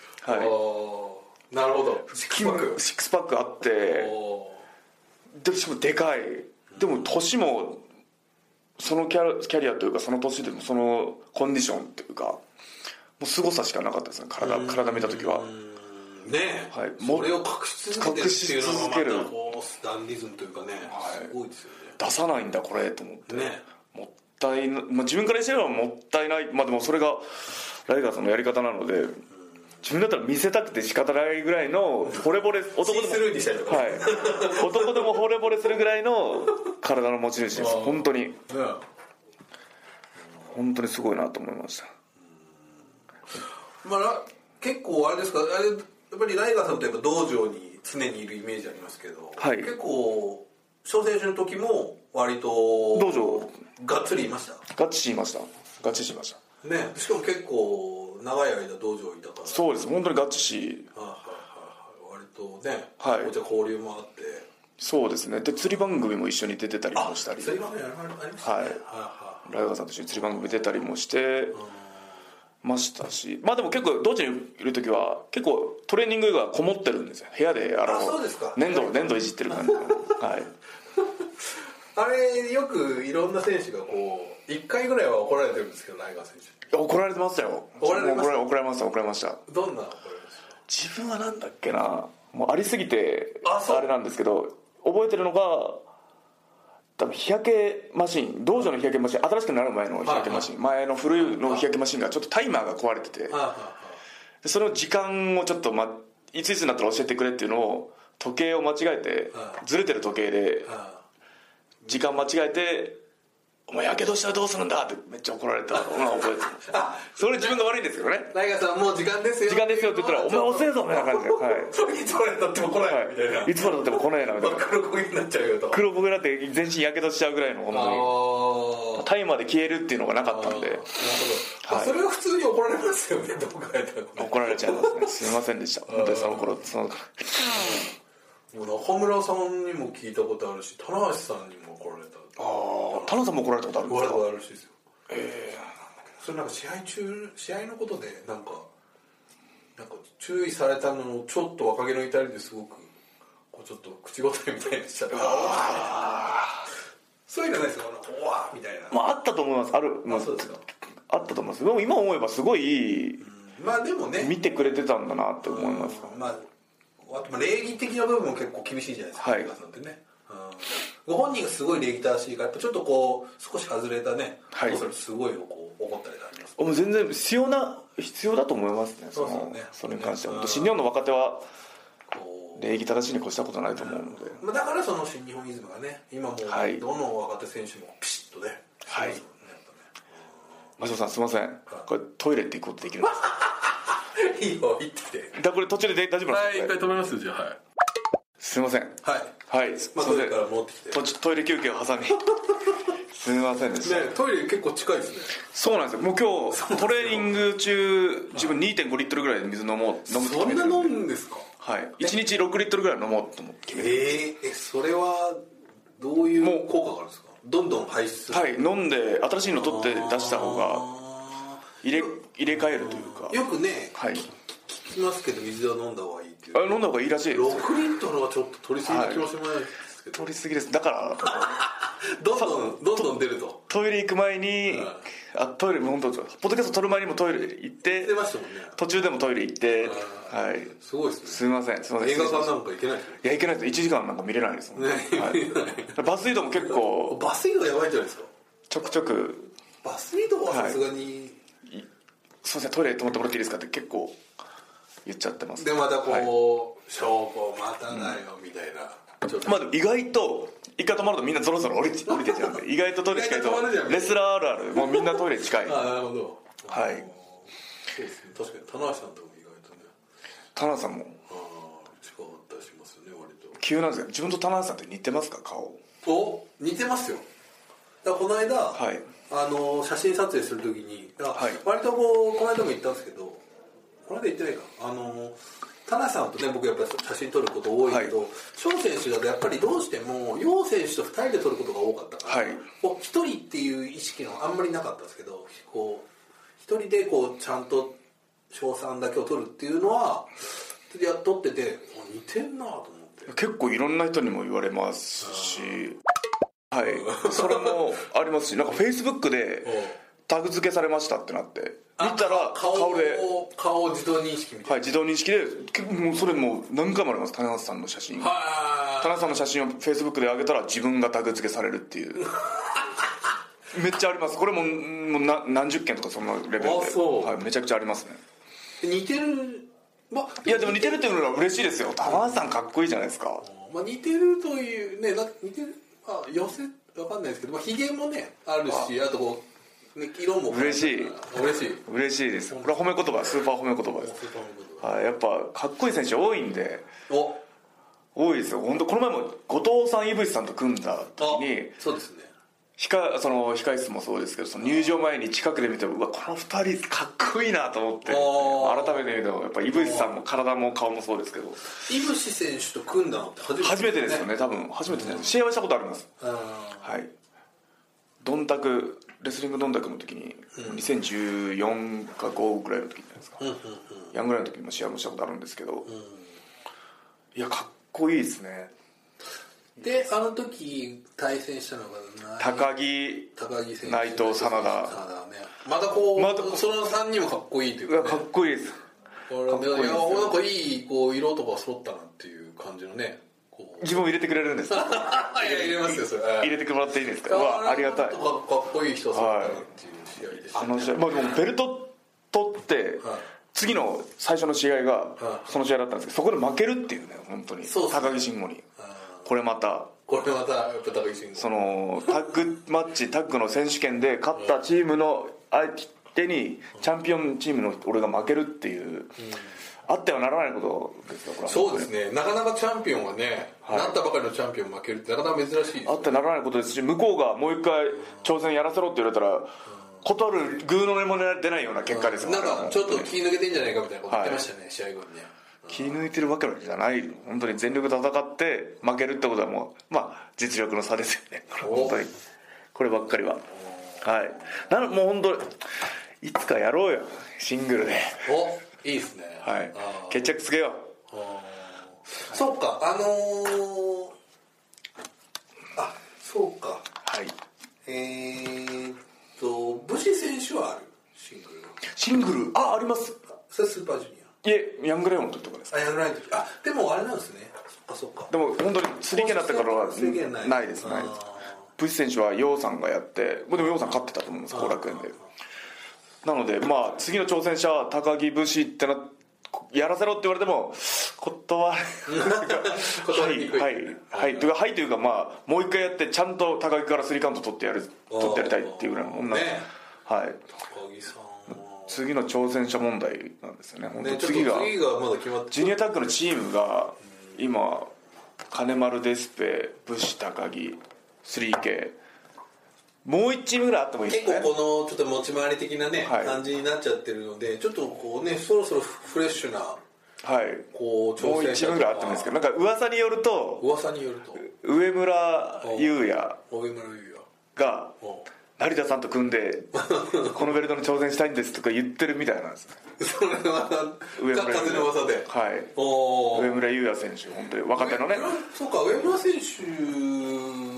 なるほど、シックスパックあってでしかもでかい、でも年もそのキャリアというかその年でもそのコンディションというかもう凄さしかなかったですね、体見た時はねえ、はい、それを隠し続けるっていうのがまたこうスタンディズムというかね、すごいですよね。 出さないんだこれと思って、もったいな、自分からしてればもったいない、でもそれがライガーさんのやり方なので、自分だったら見せたくて仕方ないぐらいの惚れ惚れ、男でも男でも惚れ惚れするぐらいの体の持ち主です。本当に本当にすごいなと思いました。 結構あれですか、やっぱりライガーさんといえば道場に常にいるイメージありますけど、結構小選手の時も割と道場がっつりいました。 ガチしましたね。しかも結構長い間道場いたから。 そうです、本当にガチし、 割とね、こちら交流もあって。 そうですね。で釣り番組も一緒に出てたりもしたり、 釣り番組ありましたね。 ライガーさんと一緒に釣り番組出たりもしてましたし、でも結構道場にいる時は結構トレーニングがこもってるんですよ、部屋でそうですか、 粘土いじってる感じあれよくいろんな選手がこう1回ぐらいは怒られてるんですけど、ライガー選手怒られてましたよ。怒られました。 どんな怒られました？ 怒られました？ 自分はなんだっけな、もうありすぎてあれなんですけど、覚えてるのが多分日焼けマシン、道場の日焼けマシン、新しくなる前の日焼けマシン、前の古いの日焼けマシンがちょっとタイマーが壊れてて、でその時間をちょっと、いついつになったら教えてくれっていうのを時計を間違えて、ずれてる時計で時間間違えて、お前やけどしたらどうするんだってめっちゃ怒られたのが覚えてるそれ自分が悪いんですけどね。 ライガーさんもう時間ですよって言ったら、お前遅いぞみたいな感じで、 いつまでたっても来ないみたいな、 いつまでたっても来ないなみたいな、 黒焦げになっちゃうよと、 黒焦げになって全身やけどしちゃうぐらいの、本当にタイマーで消えるっていうのがなかったんで。なるほど、それは普通に怒られますよね、どう考えたら。 怒られちゃいますね、すいませんでした本当にその頃もう中村さんにも聞いたことあるし、棚橋さんにも怒られた。 田中さんも怒られたことあるんですか？ 怒られたことあるらしいですよ。それなんか試合のことでなんか注意されたのをちょっと若気の至りですごくこうちょっと口答えみたいにしちゃって、そういうのないですよ、おわみたいな。 あったと思います。 そうですか。 あったと思います。でも今思えばすごいでもね、 見てくれてたんだなって思います。 あと礼儀的な部分も結構厳しいじゃないですか、皆さんってね。ご本人がすごい礼儀正しいから、やっぱちょっとこう少し外れたね、すごいこう怒ったりがあります。 もう全然必要だと思いますね。それに関しては新日本の若手は礼儀正しいに越したことないと思うので、 だからその新日本イズムがね、今もうどの若手選手もピシッとね。 マシオさんすいません、これトイレって行くことできるんですか？ いいよ、行ってきて。 これ途中で大丈夫なんですか？ 一回止めますよ、じゃあ。 すいません。すいません。 トイレから戻ってきて。 トイレ休憩を挟み。すみませんでした。 トイレ結構近いですね。 そうなんですよ。もう今日トレーニング中自分 2.5 リットルぐらいで水飲むと決めてるんで。 そんな飲むんですか？ はい。1日6リットルぐらい飲もうと思って決めてます。 それはどういう効果があるんですか？どんどん排出する。 はい。飲んで新しいの取って出した方が入れ替えるというか。 よくね。聞きますけど、水を飲んだ方がいいっていう。 飲んだ方がいいらしいです。 6リットルはちょっと取りすぎな気もしないですけど。 取りすぎです。だからどんどん出ると。 トイレ行く前に、トイレ本当ポッドキャスト撮る前にもトイレ行って出ましたもんね。 途中でもトイレ行って、はい。 すごいですね。 すみません。 映画館なんか行けないですね。 いや行けないです。1時間なんか見れないですもんね。バス移動も結構。 バス移動やばいじゃないですか。 ちょくちょく。 バス移動はさすがに。 すみません、トイレ泊まってもらっていいですかって結構言っちゃってます。 でまたこう、証拠まただよみたいな。 まあ意外と一回泊まるとみんなゾロゾロ降りてちゃうんで、意外とトイレ近いとレスラーあるある、もうみんなトイレ近い。 ああなるほど。 はい。 そうですね。確かに田中さんとも意外とね。 田中さんも。 近かったりしますよね割と。 急なんですけど、自分と田中さんって似てますか顔？ 似てますよ。だからこの間、はい、写真撮影するときに、はい、割とこの間も言ったんですけど、この間言ってないか、田中さんとね僕やっぱり写真撮ること多いけど、翔、はい、選手だとやっぱりどうしても楊選手と2人で撮ることが多かったから、はい、1人っていう意識のあんまりなかったんですけど、こう1人でこうちゃんと翔さんだけを撮るっていうのは撮ってて似てんなと思って。 結構いろんな人にも言われますし、はい、それもありますし、なんかフェイスブックでタグ付けされましたってなって見たら顔自動認識みたいな、 はい、自動認識でもうそれも何回もあります。田中さんの写真、田中さんの写真をフェイスブックで上げたら自分がタグ付けされるっていうめっちゃあります。これも何十件とかそのレベルで、はい、めちゃくちゃありますね。 似てる、 いやでも似てるっていうのは嬉しいですよ。田中さんかっこいいじゃないですか。 似てるというね、似てる、寄せわかんないですけど、ひげもねあるし、あとこう色も嬉しいです。これは褒め言葉、スーパー褒め言葉です。はい、やっぱかっこいい選手多いんで。多いですよ本当。この前も後藤さん井渕さんと組んだ時に、 そうですね、 その控室もそうですけど、その入場前に近くで見ても、うわこの2人かっこいいなと思って、改めて見てもやっぱ井渕さんも体も顔もそうですけど、 井渕選手と組んだのって初めてですよね。多分初めてです。試合はしたことあります。はい。ドンタクレスリングドンタクの時に、2014か5ぐらいの時じゃないですか、ヤンぐらいの時にも試合もしたことあるんですけど、いやかっこいいですね。 であの時対戦したのが高木選手、内藤、真田、 またこう、その3人もかっこいいというか、 かっこいいです。 なんかいいこう色とか揃ったなっていう感じのね。 自分を入れてくれるんですか？ いや入れますよそれ。 入れてもらっていいですか？ありがたい。 かっこいい人揃ったなっていう試合でした。 あの試合、でもベルト取って、次の最初の試合がその試合だったんですけど、そこで負けるっていうね、本当に高木慎吾に。これまたやっぱ高木慎吾、 そのタッグマッチ、タッグの選手権で勝ったチームの相手にチャンピオンチームの俺が負けるっていう、あってはならないことですよ。これそうですね。なかなかチャンピオンがね、なったばかりのチャンピオン負けるってなかなか珍しいです、ね、 あってはならないことですし、向こうがもう一回挑戦やらせろって言われたら断るグーの音も出ないような結果ですよね。 なんかちょっと気抜けてんじゃないかみたいなこと言ってましたね、試合後にね。 気抜いてるわけじゃない。本当に全力で戦って負けるってことはもう実力の差ですよね。本当にこればっかりは。はい。もう本当いつかやろうよ、シングルで。 いいですね。 はい。決着つけよう。 そうか、そうか。 はい。 武士選手はある？ シングルあります。 それスーパージュニア。 いえ、ヤングライオンの時とかですか。 ヤングライオンの時。でもあれなんですね。そっか。 でも本当に 3K になってからはないです。武士選手は楊さんがやって、でも楊さん勝ってたと思うんです、後楽園で。なので次の挑戦者は高木武士ってやらせろって言われても断りにくい。はいというかもう一回やってちゃんと高木から3カウント取ってやりたいっていうぐらいの女、はい。 高木さん次の挑戦者問題なんですよね。本当次がまだ決まって、 ジュニアタッグのチームが今金丸、デスペ、武士、高木 3K、もう1チームぐらいあってもいいですね。 結構このちょっと持ち回り的なね、感じになっちゃってるので、ちょっとこうね、そろそろフレッシュな、こうもう1チームぐらいあってもいいですけど、なんか噂によると上村優也が成田さんと組んでこのベルトに挑戦したいんですとか言ってるみたいなんです。 それは風の噂で。 はい。上村優也選手、本当に若手のね。 そうか、上村選手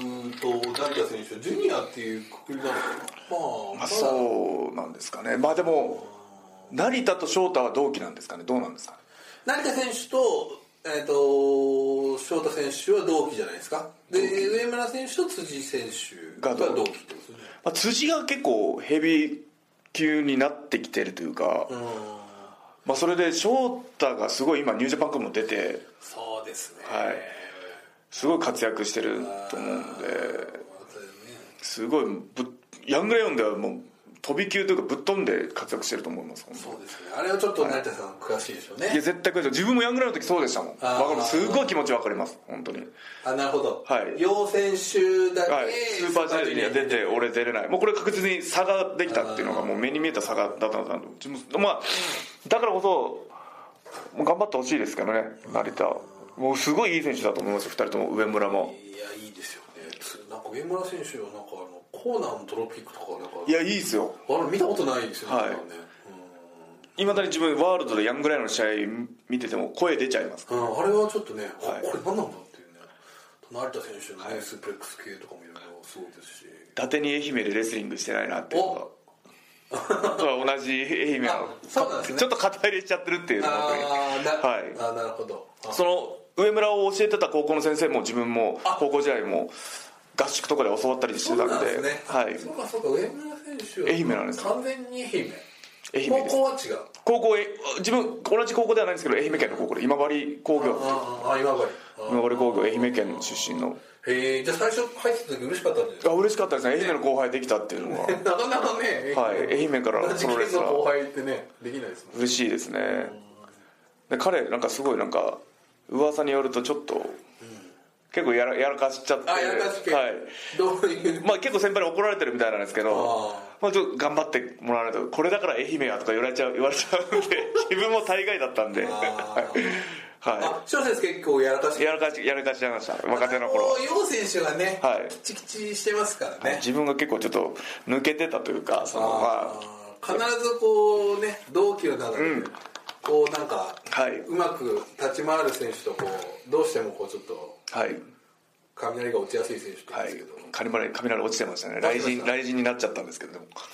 成田選手はジュニアっていうくくりなんですか？ まあそうなんですかね。まあでも成田と翔太は同期なんですかね。どうなんですかね。 成田選手と翔太選手は同期じゃないですか。で上村選手と辻選手が同期ってことですね。 まあ、辻が結構ヘビー級になってきてるというか、まあ、それで翔太がすごい今ニュージャパンクも出て、 そうですね、 はい、すごい活躍してると思うんで、すごいヤングレオンではもう飛び級というかぶっ飛んで活躍してると思います。 そうですね。あれはちょっと成田さん詳しいでしょうね。 いや絶対詳しい。自分もヤングレオンの時そうでしたもん。すごい気持ち分かります、本当に。 なるほど。 はい。 楊選手だけ、 はい、スーパージュニアには出て俺出れない。もうこれ確実に差ができたっていうのがもう目に見えた差がだったので、まあだからこそもう頑張ってほしいですけどね、成田。もうすごいいい選手だと思いますよ、2人とも。上村も。 いやいいですよね。なんか上村選手はなんかコーナーのドロップキックとかなんか、 いやいいですよ。 見たことないですよね。はい。 いまだに自分ワールドでヤングライオンの試合見てても声出ちゃいます、 あれはちょっとね、はい、これ何なんだっていうね。成田選手のね、スープレックス系とかもいろいろすごいですし、 伊達に愛媛でレスリングしてないなっていうのが同じ愛媛のそうなんですね、 ちょっと肩入れしちゃってるっていうのがなるほど。 その上村を教えてた高校の先生も自分も高校時代も合宿とかで教わったりしてたんで、 はい、そうか上村選手は愛媛なんです。 完全に愛媛。 高校は違う。 高校自分同じ高校ではないんですけど愛媛県の高校で今治工業今治工業愛媛県出身の。 へえ。じゃあ最初入ってた時嬉しかったんですか？ 嬉しかったですね。愛媛の後輩できたっていうのはなかなかね、 はい、愛媛からプロレスラーの後輩ってねできないですもんね。 嬉しいですね。で彼なんかすごいなんか噂によるとちょっと、結構やらかしちゃって、 やらかし系、 はい、 どういうまあ結構先輩に怒られてるみたいなんですけど、まあ、ちょっと頑張ってもらわないとこれだから愛媛やとか言われちゃうんで自分も大概だったんではい。翔選手結構やらかしちゃいました。若手の頃。 楊選手がね、 はい、 キチキチしてますからね。 自分が結構ちょっと抜けてたというか、その必ずこうね同期の中で、こうなんか、うまく立ち回る選手とこうどうしてもこうちょっと、雷が落ちやすい選手って言うんですけど、 雷落ちてましたね。雷神になっちゃったんし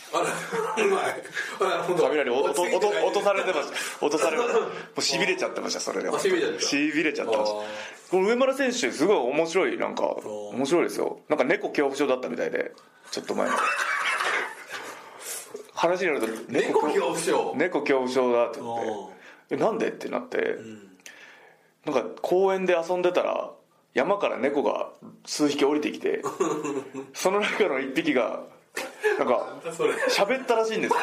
びれちゃってました。それでしびれちゃってました。この上村選手すごい面白いですよ。なんか猫恐怖症だったみたいで、ちょっと前に話によると猫恐怖症だって言ってなんでってなって、なんか公園で遊んでたら山から猫が数匹降りてきてその中の一匹がなんか喋ったらしいんですよ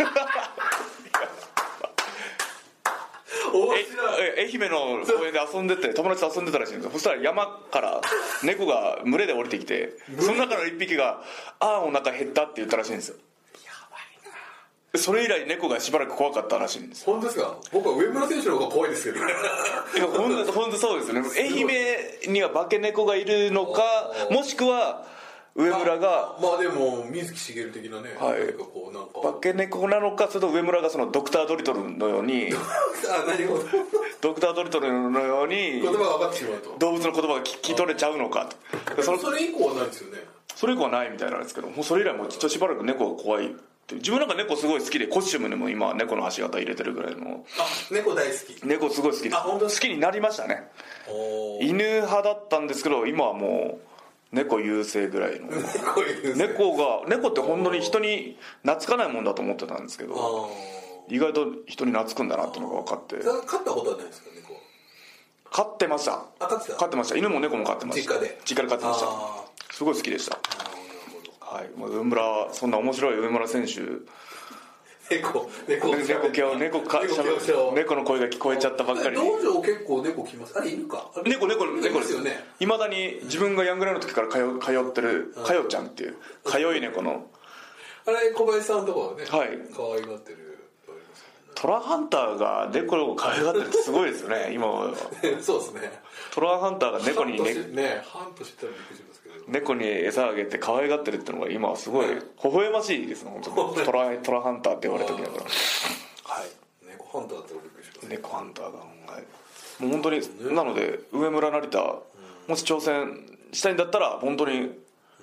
愛媛の公園で遊んでて友達と遊んでたらしいんですよ。そしたら山から猫が群れで降りてきてその中の一匹が「ああお腹減った」って言ったらしいんですよ。それ以来猫がしばらく怖かったらしいんです。 本当ですか？僕は上村選手の方が怖いですけど本当そうですね。愛媛には化け猫がいるのか、もしくは上村がまあでも水木しげる的なね、 化け猫なのか、それと上村がそのドクタードリトルのようにドクタードリトルのように言葉が分かってしまうと、 動物の言葉が聞き取れちゃうのかと。 それ以降はないですよね。 それ以降はないみたいなんですけど、もうそれ以来もうしばらく猫が怖い。自分なんか猫すごい好きで、コスチュームにも今猫の足型入れてるぐらいの。 猫大好き。 猫すごい好きです。好きになりましたね。犬派だったんですけど今はもう猫優勢ぐらいの。猫って本当に人に懐かないもんだと思ってたんですけど、意外と人に懐くんだなっていうのが分かって。 飼ったことはないですか？猫飼ってました。飼ってました。犬も猫も飼ってました。実家で飼ってました。すごい好きでした。はい、上村、そんな面白い上村選手、猫の声が聞こえちゃったばっかりに。 道場結構猫来ます。あれ犬か？ 猫ですよね。いまだに自分がヤングライオンの時から通ってるかよちゃんっていうかよい猫の、 あれ小林さんとかはね、可愛がってる。 トラハンターが猫を可愛がってるってすごいですよね今は。 そうですね。 トラハンターが猫にハンとしてたらびっくりしますけど、 猫に餌あげて可愛がってるっていうのが今はすごい微笑ましいですね本当に。トラハンターって言われた時だから、 はい、猫ハンターってびっくりします。 猫ハンターが、もう本当になので上村成田、もし挑戦したいんだったら本当に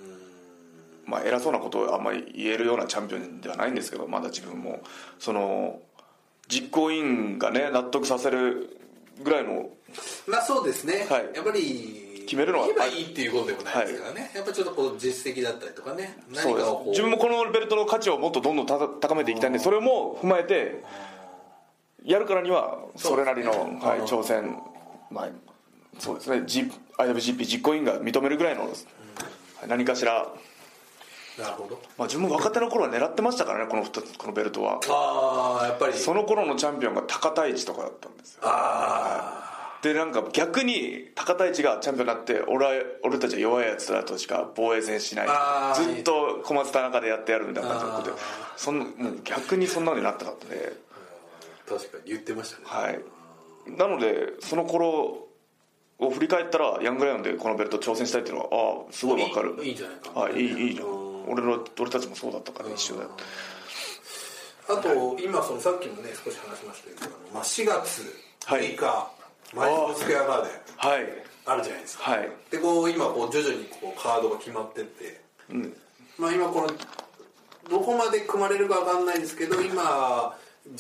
偉そうなことをあんまり言えるようなチャンピオンではないんですけど、まだ自分もその実行委員がね納得させるぐらいの、 まあそうですね、 はい、 やっぱり決めるのは言えばいいっていうことでもないですからね、はい、やっぱちょっとこう実績だったりとかね、 何かをこう自分もこのベルトの価値をもっとどんどん高めていきたいんで、それも踏まえてやるからにはそれなりの、はい、挑戦、そうですね、IWGP 実行委員が認めるぐらいの、何かしら。 なるほど。 自分も若手の頃は狙ってましたからね、このベルトは。 やっぱりその頃のチャンピオンが高田市とかだったんですよ。でなんか逆に高田市がチャンピオンになって、俺たちは弱いやつらとしか防衛戦しない、ずっと小松田中でやってやるみたいな感じのことで、もう逆にそんなのになったかったね。 確かに言ってましたね。 はい。なのでその頃を振り返ったら、ヤングライオンでこのベルト挑戦したいっていうのはすごい分かる。 いいんじゃないかな、 はい、いいじゃん。俺たちもそうだったから一緒だよ。 あと今そのさっきもね少し話しましたけど、4月6日、マイソンスクエアガーデンあるじゃないですか。 はい、 でこう今こう徐々にこうカードが決まってって、今このどこまで組まれるか分かんないですけど、今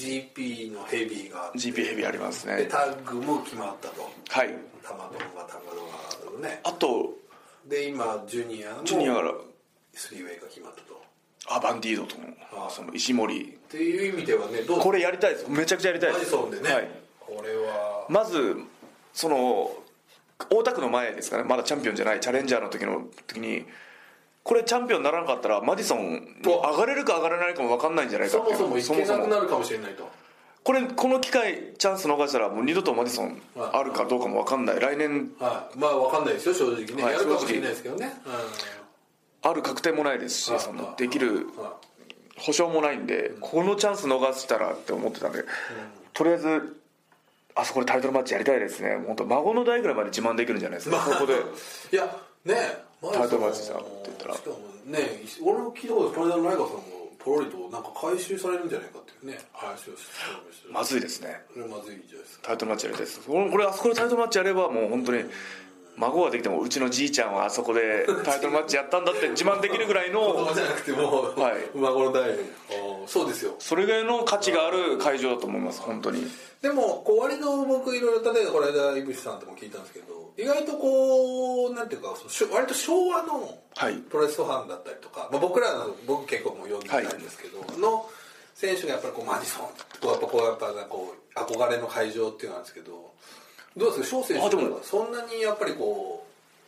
GP のヘビーが GP ヘビーありますね。 でタッグも決まったと。 はい。 タマドンがタマドンがね。 あとで今ジュニアがスリーウェイが決まったと。 バンディードとのその石森っていう意味ではね、どうこれやりたいです。めちゃくちゃやりたいです。 マジソンでね、 はい、 これはまずその大田区の前ですかね、まだチャンピオンじゃないチャレンジャーの時に、これチャンピオンにならなかったらマディソン上がれるか上がれないかも分かんないんじゃないかっていう、 そもそもいけなくなるかもしれないと。 この機会チャンス逃したらもう二度とマディソンあるかどうかも分かんない。来年、 分かんないですよ正直ね、やるかもしれないですけどね、 ある確定もないですし、そのできる保証もないんで、このチャンス逃したらって思ってたんで、とりあえずあそこでタイトルマッチやりたいですね。本当孫の代ぐらいまで自慢できるんじゃないですか、そこでいやね、 タイトルマッチさって言ったら、 しかもね、俺も聞いたことこの間のライガーさんもポロリとなんか回収されるんじゃないかっていうね話をしてる。 まずいですね。 それまずいんじゃないですか。 タイトルマッチやりたいです。これあそこでタイトルマッチやればもう本当に孫ができても、うちのじいちゃんはあそこでタイトルマッチやったんだって自慢できるぐらいの子供じゃなくてもう、はい、孫の代に。そうですよ。 それぐらいの価値がある会場だと思います本当に。 でもこう割と僕いろいろ、例えばこの間井口さんとも聞いたんですけど、意外とこうなんていうか割と昭和のプロレスファンだったりとか、僕結構もう読んでないんですけど、の選手がやっぱりこうマディソンやっぱこう憧れの会場っていうのなんですけど、どうですか翔選手はそんなにやっぱりこ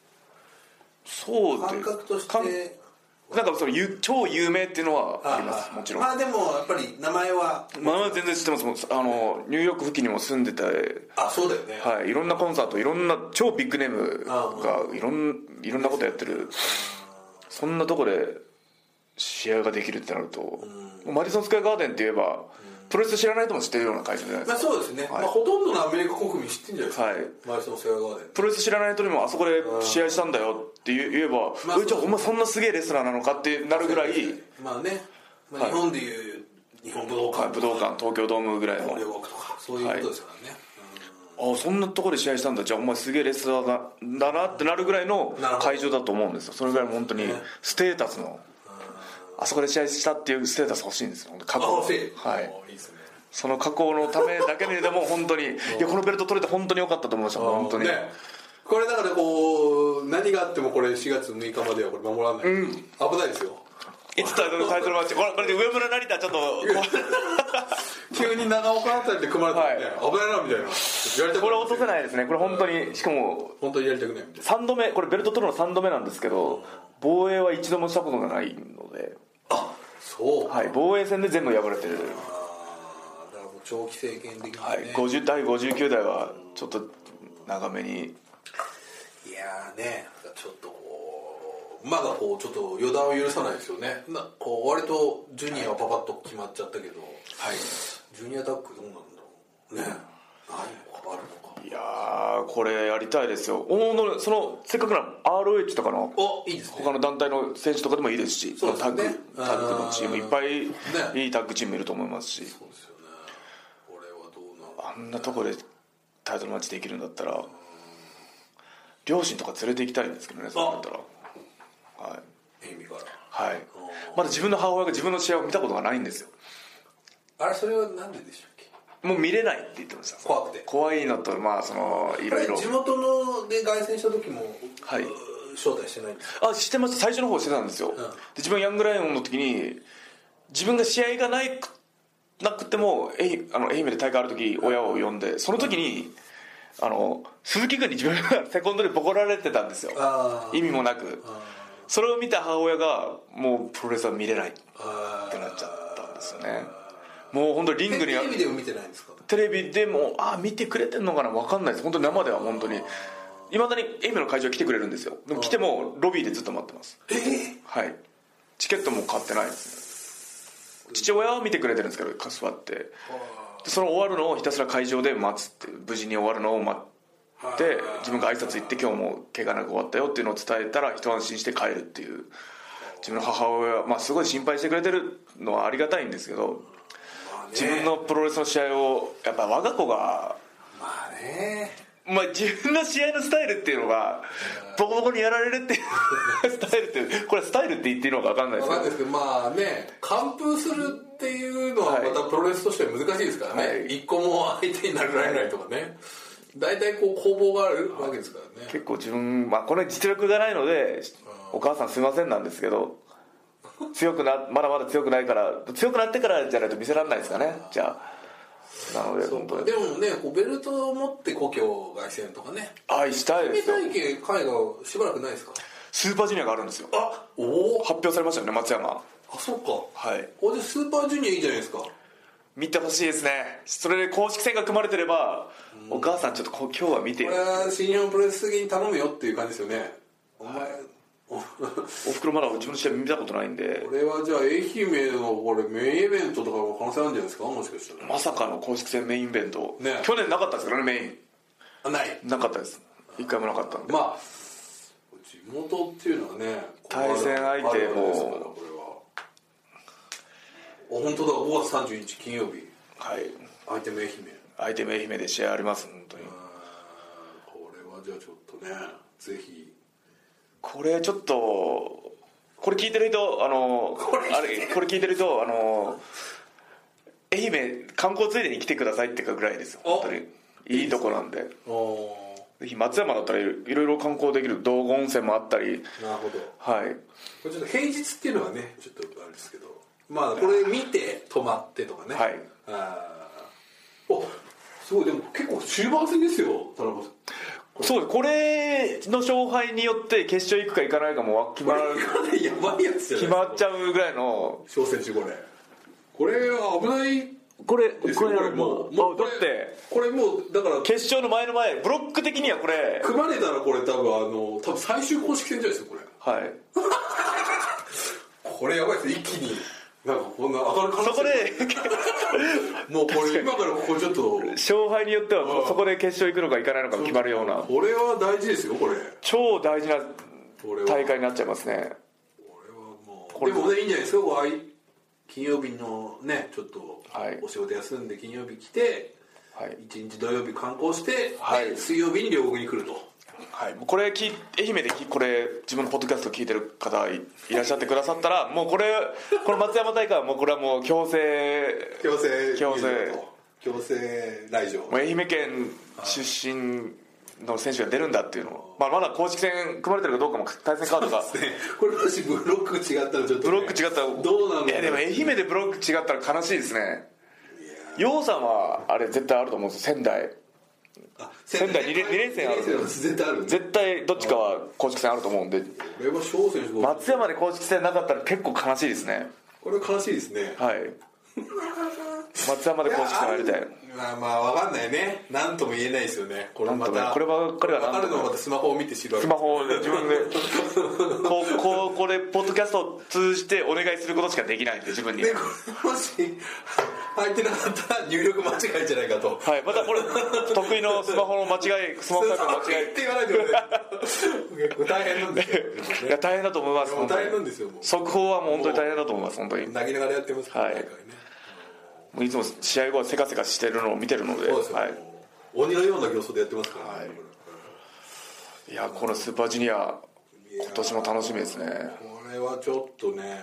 う感覚としてなんかその超有名っていうのはあります。もちろん。 でもやっぱり名前は全然知ってます。ニューヨーク付近にも住んでて、 そうだよね。 はい、いろんなコンサート、いろんな超ビッグネームがいろんなことやってる。そんなとこで試合ができるってなると、マディソンスクエアガーデンって言えばプロレス知らない人も知ってるような会場じゃないですか。 そうですね。ほとんどのアメリカ国民知ってるんじゃないですか。マディソンスクエアガーデン。 プロレス知らない人にもあそこで試合したんだよって言えば、じゃあお前そんなすげえレスラーなのかってなるぐらい。 日本でいう日本武道館、 東京ドームぐらいのそういうことですからね。 そんなところで試合したんだ、じゃあお前すげえレスラーだなってなるぐらいの会場だと思うんですよ。それぐらい本当にステータスの、あそこで試合したっていうステータス欲しいんですよ。過去欲しい。 はい。その過去のためだけでも本当にいやこのベルト取れて本当に良かったと思いました。本当に。 これだからこう何があってもこれ4月6日まではこれ守らない。危ないですよ。 いつタイトルマッチ、これで上村成田ちょっと急に長岡あたりで組まれたらね、危ないなみたいな。 これ落とせないですね。これ本当に、しかも本当にやりたくないみたいな。 3度目、これベルト取るの3度目なんですけど、防衛は一度もしたことがないので。 そう。 はい、防衛戦で全部敗れてる。 だからもう長期政権的にね。 はい、第59代はちょっと長めに。 いやね、ちょっとまだこうちょっと予断を許さないですよね。こう割とジュニアはパパッと決まっちゃったけど、 はい、 ジュニアタッグどうなんだろうね。何も変わるのか。 いやこれやりたいですよ。そのせっかくなら ROH とかのいいですね、 他の団体の選手とかでもいいですし、 そうですね、 タッグのチームいっぱい、いいタッグチームいると思いますし。 そうですよね。これはどうなあんなとこでタイトルマッチできるんだったら両親とか連れて行きたいんですけどね。そうなったら、はい、 愛媛から。 はい。まだ自分の母親が自分の試合を見たことがないんですよ。 あれ、それはなんででしたっけ？ もう見れないって言ってました。 怖くて。 怖いのと、まあいろいろ。 地元ので凱旋した時も、 はい、 招待してないんですか？ してました。最初の方してたんですよ、で自分ヤングライオンの時に自分が試合がなくても愛媛で大会ある時親を呼んで、その時に鈴木君に自分がセコンドでボコられてたんですよ、意味もなく。それを見た母親がもうプロレスは見れないってなっちゃったんですよね。もう本当リングにはテレビでも見てないんですか？ テレビでも見てくれてんのかな、分かんないです。本当に生では本当にいまだに愛媛の会場来てくれるんですよ。でも来てもロビーでずっと待ってます。はい。チケットも買ってないですね。父親は見てくれてるんですけど座って、その終わるのをひたすら会場で待つっていう、無事に終わるのを待って自分が挨拶行って今日も怪我なく終わったよっていうのを伝えたら一安心して帰るっていう。自分の母親は、すごい心配してくれてるのはありがたいんですけど、自分のプロレスの試合をやっぱ我が子が自分の試合のスタイルっていうのがボコボコにやられるっていうスタイルっていう、これスタイルって言っていいのか分かんないですけど、 完封するっていうのはまたプロレスとしては難しいですからね、一個も相手になられないとかね、大体攻防があるわけですからね。 結構自分、これ実力がないのでお母さんすいませんなんですけど、まだまだ強くないから、強くなってからじゃないと見せられないですかね。じゃあなので本当にでもね、ベルトを持って故郷凱旋とかね、 したいですよ。 愛媛海外しばらくないですか？ スーパージュニアがあるんですよ。発表されましたよね、松山。 そっか。 はい。 じゃあスーパージュニアいいじゃないですか。 見てほしいですね。それで公式戦が組まれてれば、お母さんちょっと今日は見てよ。 これは新日本プロレスに頼むよっていう感じですよね。お前おふくろまだ自分の試合見たことないんで。 これはじゃあ愛媛のメインイベントとかの可能性あるんじゃないですか、もしかしたら。 まさかの公式戦メインイベント、去年なかったですからね、メインなかったです。一回もなかったんで。 地元っていうのはね、 対戦相手も本当だ、5月31日金曜日、相手も愛媛で試合あります。本当にこれはじゃあちょっとね、ぜひこれちょっとこれ聞いてる人これ聞いてる人愛媛観光ついでに来てくださいってかぐらいです。本当にいいとこなんで、ぜひ松山だったらいろいろ観光できる。道後温泉もあったり。なるほど。これちょっと平日っていうのはねちょっとあれですけど、これ見て泊まってとかね。すごい。でも結構終盤戦ですよ、田中さん。 そうです。これの勝敗によって決勝行くか行かないかも決まる。 やばいやつじゃないですか。 決まっちゃうぐらいの小選手。これ危ない。 これもうだってこれもうだから決勝の前ブロック的にはこれ組まれたらこれ多分最終公式戦じゃないですか、これ。これやばいです。一気になんかこんな当たる可能性。そこでもうこれ今からここちょっと勝敗によってはそこで決勝行くのか行かないのか決まるような。 これは大事ですよ。これ超大事な大会になっちゃいますね。 これはもうでもね、いいんじゃないですか。金曜日のねちょっとお仕事休んで金曜日来て、1日土曜日観光して、水曜日に両国に来ると。 これ愛媛でこれ自分のポッドキャスト聞いてる方いらっしゃってくださったら、もうこの松山大会はもうこれはもう強制来場。 愛媛県出身の選手が出るんだっていうのを、まだ公式戦組まれてるかどうかも対戦カードが、 これもしブロック違ったらちょっと、 ブロック違ったらどうなんだろう。 でも愛媛でブロック違ったら悲しいですね。楊さんはあれ絶対あると思うんですよ。仙台2連戦ある。絶対どっちかは公式戦あると思うんで、松山で公式戦なかったら結構悲しいですね。 これ悲しいですね。 松山で公式戦やりたい。 分かんないね。何とも言えないですよね。こればっかりは分かるのはまたスマホを見て知るわけ。 スマホで自分でこれポッドキャストを通じてお願いすることしかできないんで、自分に。 もし入ってなかったら入力間違いじゃないかと。 またこれ得意のスマホの間違い、スマホタイプの間違いって言わないでください。結構大変なんですよ。 いや大変だと思います。 大変なんですよ。 速報はもう本当に大変だと思います。本当に泣きながらやってますから。 いつも試合後はせかせかしてるのを見てるので、 鬼のような形相でやってますから、 いやこのスーパージュニア今年も楽しみですね。 これれはちょっとね、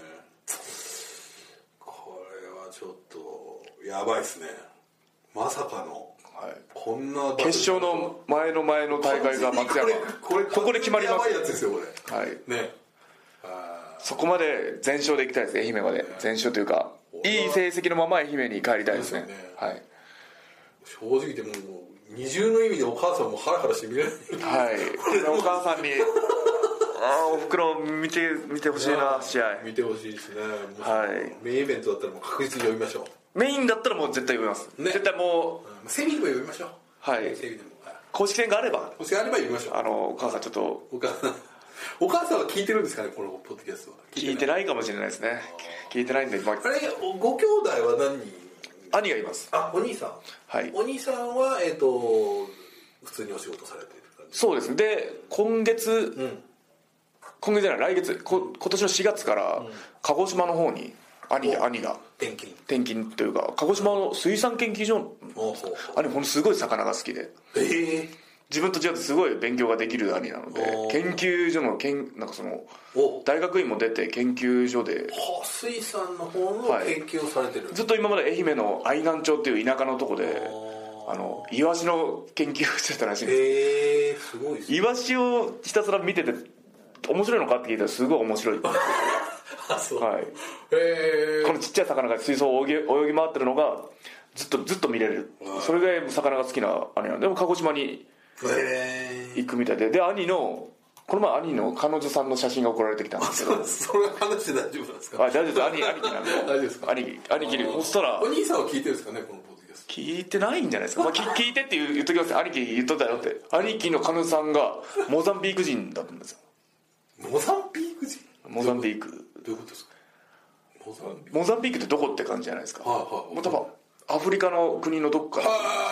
これはちょっとやばいですね。まさかの、はい、こんな決勝の前の前の大会が松山、ここで決まります。 やばいやつですよこれ。はいね。 そこまで全勝でいきたいですね。愛媛まで全勝というかいい成績のまま愛媛に帰りたいですね。はい。 正直でも二重の意味でお母さんもハラハラして見れない。 はい。お母さんにおふくろ見てほしいな、試合見てほしいですね。 はい。 メインイベントだったらもう確実に読みましょう。 メインだったらもう絶対読みます、ね、絶対もう、セミでも読みましょう。 はい。セミでも、公式戦があれば読みましょう。 お母さんちょっとお母さんは聞いてるんですかね、このポッドキャストは。 聞いてないかもしれないですね。聞いてないんで、 あれご兄弟は何人？ 兄がいます。 あ、お兄さん。 はい。 お兄さんは普通にお仕事されてる感じ。 そうですね。で今月じゃない、来月、今年の4月から鹿児島の方に兄が転勤というか、鹿児島の水産研究所、兄ほんとすごい魚が好きで、自分と違ってすごい勉強ができる兄なので、研究所のなんかその大学院も出て研究所で水産の方の研究をされてる、 ずっと今まで愛媛の愛南町っていう田舎のとこでイワシの研究をしてたらしいんです。 すごいですね。 イワシをひたすら見てて面白いのかって聞いたらすごい面白いそう、 はい、このちっちゃい魚が水槽を泳ぎ回ってるのがずっと見れる。それぐらい魚が好きな兄なんで、でも鹿児島に行くみたいで、この前兄の彼女さんの写真が送られてきたんですけどそれ話して大丈夫なんですか？ 大丈夫です。兄貴なんで。大丈夫ですか？兄貴にそしたらお兄さんは聞いてるんですかね、このポッドキャスト。 聞いてないんじゃないですか、聞いてって言っときます。兄貴言っとったよって。兄貴の彼女さんがモザンビーク人だったんですよ。 モザンビーク人？ モザンビークどういうことですか？ モザンビークってどこって感じじゃないですか。もう多分アフリカの国のどっか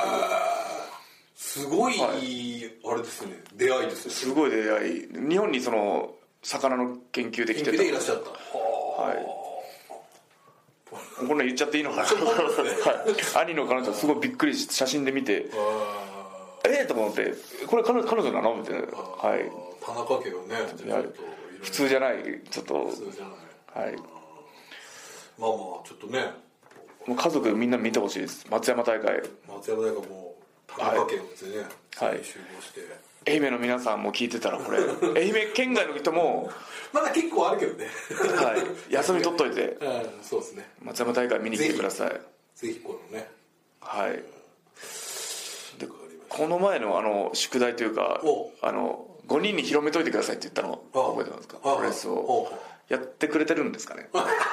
すごい、あれですね、出会いですね。 すごい出会い。日本にその魚の研究できてた。 研究でいらっしゃった。 はい。こんなん言っちゃっていいのかな。はい。兄の彼女すごいびっくりして写真で見て、と思って、これ彼女なのみたいな。はい。 田中家がね、 普通じゃない、ちょっと。 普通じゃない。 はい。 まあちょっとね。 もう家族みんな見てほしいです。松山大会。 松山大会も田中家でね、 はい。 集合して。 愛媛の皆さんも聞いてたらこれ愛媛県外の人もまだ結構あるけどね。 はい。休み取っといて。 そうですね。 松山大会見に来てください。 ぜひこのね。 はい。でこの前の宿題というか5人に広めといてくださいって言ったの覚えてますか？プロレスをやってくれてるんですかね？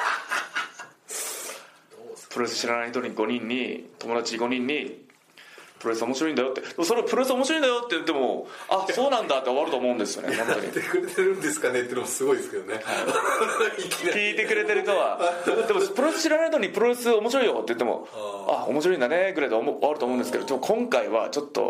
プロレス知らない人に友達5人にプロレス面白いんだよって、それプロレス面白いんだよって言ってもそうなんだって終わると思うんですよね。 やってくれてるんですかねっていうのもすごいですけどね。 聞いてくれてる人はでもプロレス知らない人にプロレス面白いよって言っても面白いんだねぐらいで終わると思うんですけど、でも今回は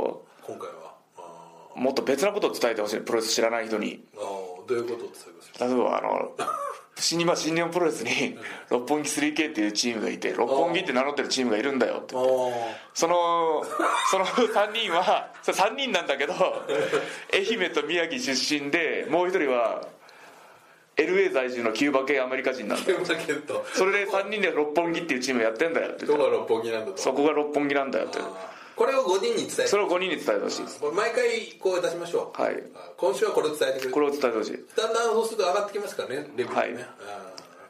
もっと別なことを伝えてほしい。プロレス知らない人にどういうことを伝えますか？ 例えば新日本プロレスに六本木 3K っていうチームがいて、六本木って名乗ってるチームがいるんだよって言って、その3人は3人なんだけど愛媛と宮城出身で、もう一人は LA 在住のキューバ系アメリカ人なんだよ。それで3人で六本木っていうチームやってんだよって言って、 どこが六本木なんだと。 そこが六本木なんだよって。 これを5人に伝えて、 それを5人に伝えてほしいです。 毎回こう出しましょう。はい。今週はこれを伝えてくれる。 これを伝えてほしい。 だんだんそうすると上がってきますからね、レベルね。はい。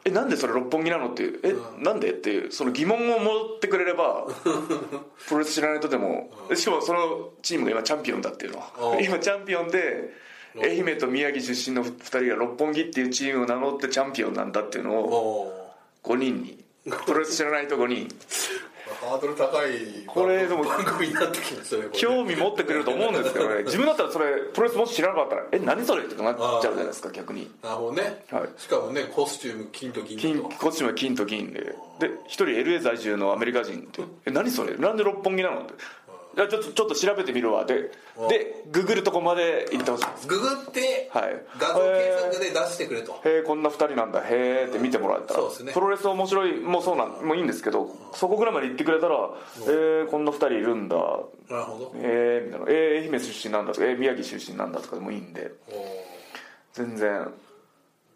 なんでそれ六本木なのっていう、なんでっていうその疑問を戻ってくれればプロレス知らない人でも、しかもそのチームが今チャンピオンだっていうのは、今チャンピオンで愛媛と宮城出身の2人が六本木っていうチームを名乗ってチャンピオンなんだっていうのを5人に、プロレス知らない人5人ハードル高いこれでも番組になってきましたね。 興味持ってくれると思うんですけどね。自分だったらそれプロレスもし知らなかったら何それってなっちゃうじゃないですか、逆に。 もうね、はい、しかもねコスチューム金と銀とコスチュームは金と銀で一人 LA 在住のアメリカ人って何それなんで六本木なのって、ちょっと調べてみるわでググるとこまで行ってほしいです。 ググって、はい、画像検索で出してくれと、 こんな2人なんだって見てもらえたら、そうですね、プロレス面白いももういいんですけど、そこぐらいまで行ってくれたらこんな2人いるんだ、 なるほど、 みたいな、愛媛出身なんだとか宮城出身なんだとかでもいいんで、全然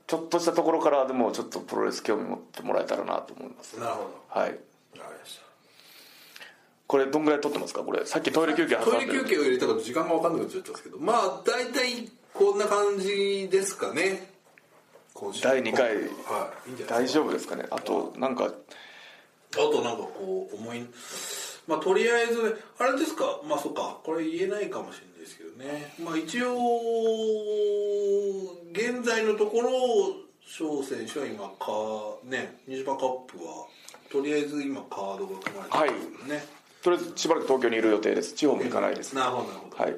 ちょっとしたところからでもちょっとプロレス興味持ってもらえたらなと思います。 なるほど。 はい。 わかりました。 これどんぐらい撮ってますか？これさっきトイレ休憩挟んでトイレ休憩を入れたから時間が分かんなくなっちゃったんですけど、まあ大体こんな感じですかね。 第2回、 はい、いいんじゃないですか。 大丈夫ですかね。あとなんかこうまあとりあえずあれですか、まあそっか、これ言えないかもしれないですけどね、まあ一応現在のところ翔選手は今ニュージャパンカップはとりあえず今カードが組まれてるんですね、はい、 とりあえずしばらく東京にいる予定です。地方も行かないです。 なるほどなるほど。 はい。い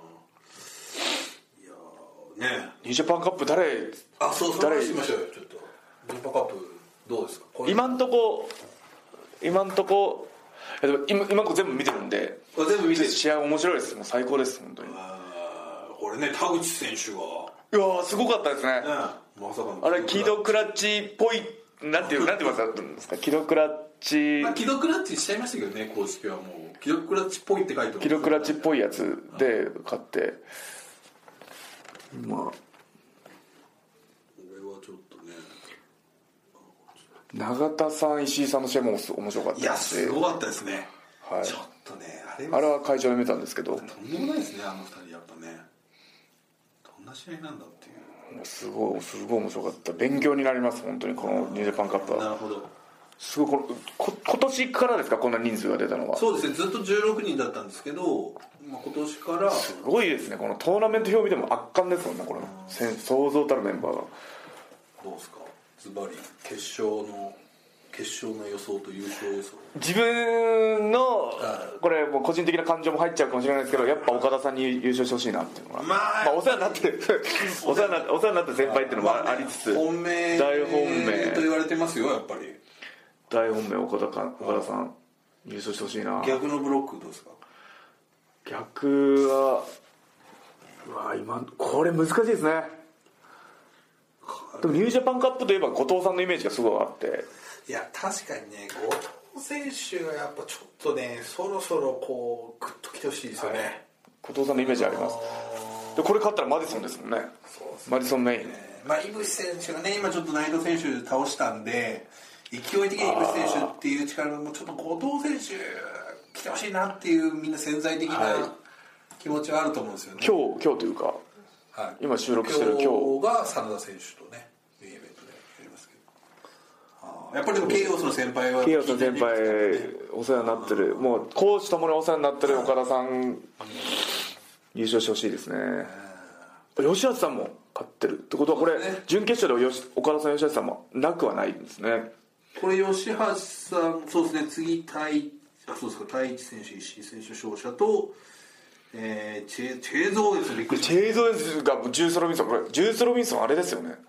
やね、 ニュージャパンカップ誰そう話しましょうよ。ちょっとニュージャパンカップどうですか？ 今んとこ今のとこ全部見てるんで、 全部見てる。 試合面白いです。もう最高です、本当に。 これね、田口選手がいやすごかったですね。 まさかのあれキドクラッチっぽい、なんて言いますか、キドクラッチ、 キドクラッチしちゃいましたけどね、公式はもうキドクラッチっぽいって書いてます。 キドクラッチっぽいやつで勝って、まあこれはちょっとね、 永田さん石井さんの試合も面白かったです。 いやすごかったですね、 はい、 ちょっとねあれは会場で見たんですけど、 とんでもないですね、あの2人やっぱね、どんな試合なんだっていう、 すごい面白かった。勉強になります本当に、このニュージャパンカップは。 なるほど。 すごい今年からですか、こんな人数が出たのは。 そうですね、ずっと16人だったんですけど、今年からすごいですね。このトーナメント表見ても圧巻ですもんね、これ想像たるメンバーが。 どうですか、ズバリ決勝の予想と優勝予想。 自分のこれもう個人的な感情も入っちゃうかもしれないですけど、やっぱ岡田さんに優勝してほしいなっていうのが、まあお世話になってるお世話になった先輩っていうのもありつつ、 本命大本命と言われてますよ、やっぱり大本命岡田さん優勝してほしいな。 逆のブロックどうですか？ 逆は今これ難しいですね。でもニュージャパンカップといえば後藤さんのイメージがすごいあって、 いや確かにね、後藤選手がやっぱちょっとね、そろそろこうグッと来てほしいですよね、はい、 後藤さんのイメージあります。でこれ勝ったらマディソンですもんね。そうですね、マディソンメイン、 まあ井渕選手がね今ちょっと内藤選手倒したんで、勢い的に井渕選手っていう力もちょっと後藤選手来てほしいなっていうみんな潜在的な気持ちはあると思うんですよね。 今日というか、はい、今収録してる今日が真田選手とねメインイベントでやりますけど、やっぱりでもケイオスの先輩は、 ケイオスの先輩お世話になってる、もう講師ともにお世話になってる岡田さん優勝してほしいですね。吉橋さんも勝ってるってことは、これ準決勝で岡田さん吉橋さんもなくはないんですね。 これ吉橋さん、そうですね、次太一選手、石井選手勝者と、チェーゾーエンス、びっくりした。 チェーゾーエンスがジュース・ロビンソン、これジュース・ロビンソンあれですよね、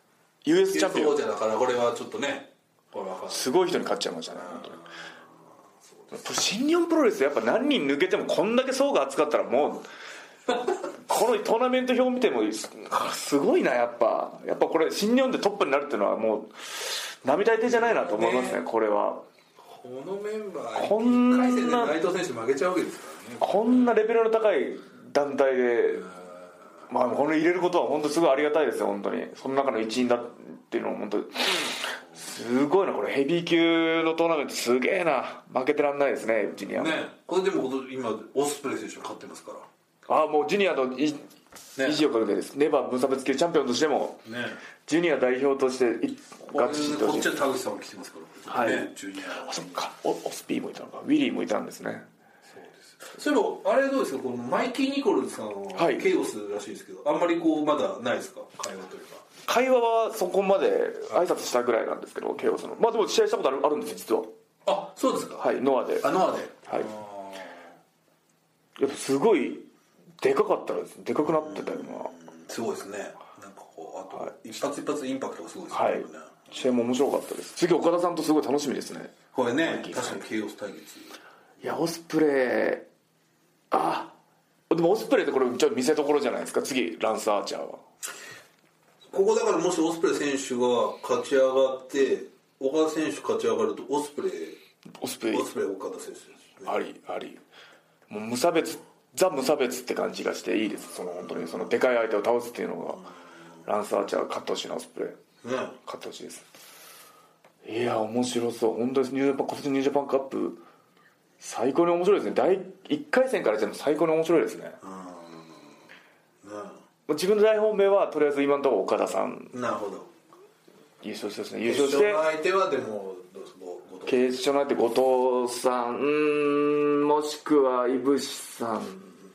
US チャンピオンだから、これはちょっとねすごい人に勝っちゃいましたね本当に。新日本プロレスやっぱ何人抜けてもこんだけ層が厚かったら、もうこのトーナメント表見てもすごいな。やっぱこれ新日本でトップになるっていうのはもう並大抵じゃないなと思いますね。これはこのメンバーこんな1回戦で内藤選手負けちゃうわけですからね。 こんなレベルの高い団体で、まあこれ入れることは本当すごいありがたいですよ本当に。その中の一員だっていうのは本当すごいな。これヘビー級のトーナメントすげえな。負けてらんないですねジュニアね。 これでも今オスプレイ選手が勝ってますから、 もうジュニアの維持をかけてです、ネバー無差別級チャンピオンとしても、ジュニア代表としてガチッとこっちは田口さんも来てますから、はい、ジュニアそっか、オスピーもいたのか、ウィリーもいたんですね。 そうです。そういえばあれどうですか、このマイキー・ニコルズさんはケイオスらしいですけど、あんまりこうまだないですか、会話というか。会話はそこまで挨拶したぐらいなんですけど、ケイオスのまあでも試合したことあるんですよ実は。 そうですか。 はい、ノアで。 ノアで、はい。 やっぱすごいでかかったらでかくなってたよな。 すごいですね。なんかこうあと、一発一発インパクトがすごいですね。 はい。試合も面白かったです。次岡田さんとすごい楽しみですね。 これね、確かにケイオス対決。 いやオスプレイ、でもオスプレイってこれじゃ見せ所じゃないですか。次ランス・アーチャーはここだから、もしオスプレイ選手が勝ち上がって岡田選手勝ち上がるとオスプレイ岡田選手ですね。 ありもう無差別ザ無差別って感じがしていいです。その本当にそのでかい相手を倒すっていうのがランスアーチャー勝ってほしいな、オスプレイ、勝ってほしいです。いや面白そう、本当に今年ニュージャパンカップ最高に面白いですね。第1回戦からしても最高に面白いですね。自分の大本命はとりあえず今のところ岡田さん、 なるほど、 優勝してですね、優勝して決勝の相手はでも決勝の相手後藤さん、もしくは井伏さん、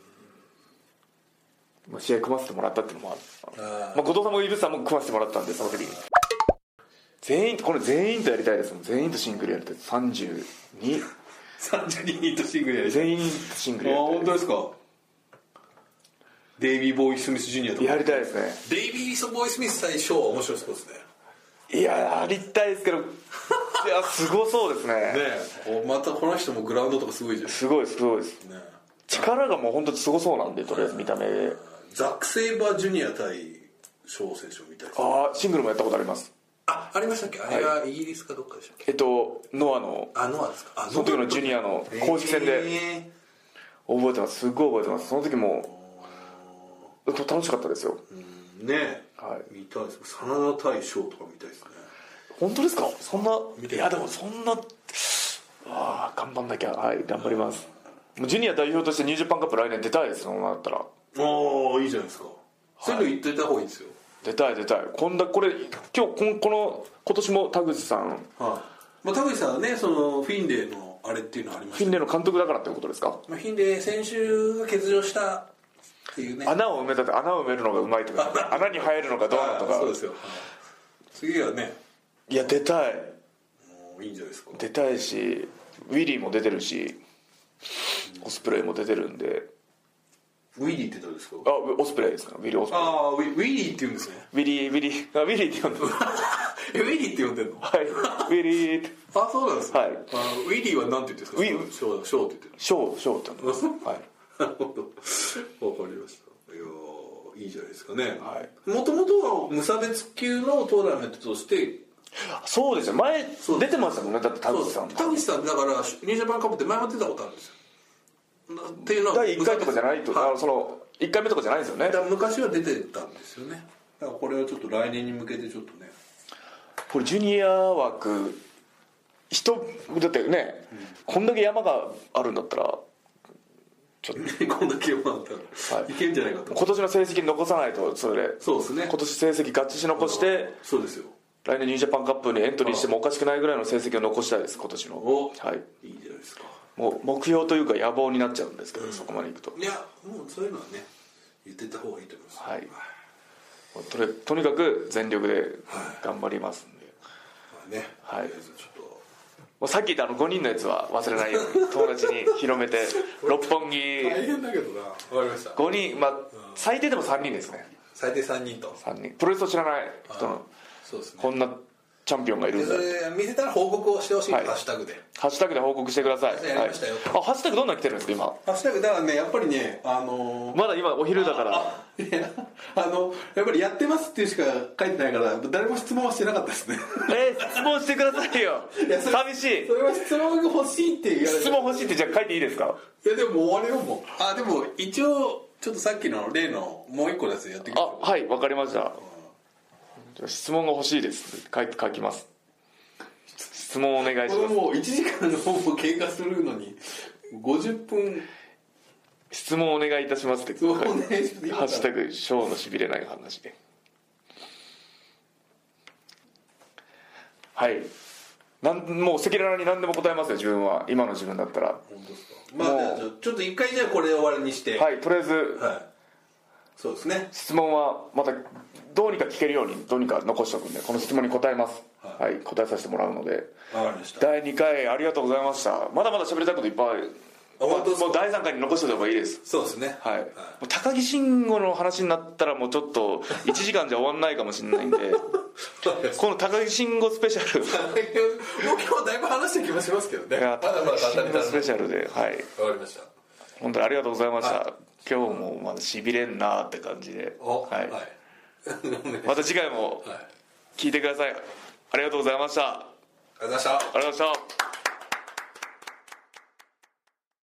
試合組ませてもらったっていうのもある。後藤さんも井伏さんも組ませてもらったんで、その時に全員とやりたいですもん。全員とシングルやりたい。32 人とシングルやりたい。 全員とシングルやりたい。 本当ですか。デイビー・ボーイ・スミス・ジュニアとかやりたいですね。 デイビー・ボーイ・スミス最初は面白そうですね。 いややりたいですけどいやすごそうですね。 ね、またこの人もグラウンドとかすごいじゃん。 すごいですね。力がもう本当にすごそうなんで、とりあえず見た目で。 ザック・セイバー・ジュニア対ショー選手を見たいです。 シングルもやったことあります。 ありましたっけ。あれがイギリスかどっかでしたっけ。 ノアのノアですか。 その時のジュニアの公式戦で覚えてます。すごい覚えてます。その時も楽しかったですよ。 ね、見たいです。真田対ショーとか見たいですね。 本当ですか。そんな、いやでもそんな頑張んなきゃ。頑張ります。ジュニア代表としてニュージャパンカップ来年出たいです。そのままだったらいいじゃないですか。そういうの言っといた方がいいですよ。 出たい。これ今年も田口さん、 田口さんはね、そのフィンレイのあれっていうのありました。 フィンレイの監督だからってことですか。 フィンレイ選手が欠場したっていうね。 穴を埋めるのがうまいとか穴に入るのかどうなとか。 そうですよ。次はね、 いや出たい。 いいんじゃないですか。 出たいし、ウィリーも出てるし、オスプレイも出てるんで。 ウィリーって誰ですか。 オスプレイですか。ウィリーオスプレイ。 ウィリーって言うんですね。 ウィリーって呼んでる。 ウィリーって呼んでるの。 はい。ウィリーって。 そうなんですね。 はい。 ウィリーは何て言ってるんですか。ショーって言ってる。 ショーって言ってます。はい。 なるほど。わかりました。いいじゃないですかね。 もともとは無差別級のトーナメントとして。 そうですよ。前出てましたもんね。だって田口さんだからニュージャパンカップって前も出たことあるんですよ。っていうのは第1回とかじゃないと、その1回目とかじゃないですよね。 昔は出てたんですよね。だからこれはちょっと来年に向けてちょっとね、 これジュニア枠だってね、こんだけ山があるんだったらちょっとこんだけ山あったらいけるんじゃないかと。 今年の成績残さないと。それでそうですね、 今年成績合致し残して、 そうですよ、 来年ニュージャパンカップにエントリーしてもおかしくないぐらいの成績を残したいです、今年の。 いいじゃないですか。 もう目標というか野望になっちゃうんですけど、そこまでいくと。 いやもうそういうのはね言ってた方がいいと思います。 とにかく全力で頑張りますんで、 ね、ちょっともうさっき言った5人のやつは忘れないように友達に広めて。六本木大変だけどな。分かりました。 5人、最低でも3人ですね。 最低3人と。 3人プロレスを知らない人の、 そうですね、 こんなチャンピオンがいるんだ。 それ見せたら報告をしてほしい。ハッシュタグで報告してください。 やりましたよ。 ハッシュタグどんなの来てるんですか今。 ハッシュタグだからね、やっぱりね、 まだ今お昼だから。 やっぱりやってますっていうしか書いてないから誰も質問はしてなかったですね。 質問してくださいよ。寂しい。 それは質問が欲しいって言われて。 質問欲しいってじゃあ書いていいですか。 いやでも終われよもう。でも一応ちょっとさっきの例のもう一個のやつやってきて。 はいわかりました。質問が欲しいです。書きます。質問お願いします。 もう1時間の方も経過するのに50分。 質問お願いいたしますって。ハッシュタグショーのしびれない話で。もう赤裸々に何でも答えますよ。自分は今の自分だったら。 本当ですか。ちょっと一回じゃあこれ終わりにして。 とりあえず、 そうですね。 質問はまたどうにか聞けるようにどうにか残しておくんで、この質問に答えます。答えさせてもらうので。 わかりました。 第2回ありがとうございました。まだまだ喋りたいこといっぱい。もう第3回に残しておけばいいです。 そうですね。 高木慎吾の話になったらもうちょっと1時間じゃ終わんないかもしれないんでこの高木慎吾スペシャルもう今日だいぶ話した気もしますけどね。まだまだ慎吾スペシャルで。わかりました。 本当にありがとうございました。今日もまだしびれんなって感じで。また次回も聞いてください。ありがとうございました。 ありがとうございました。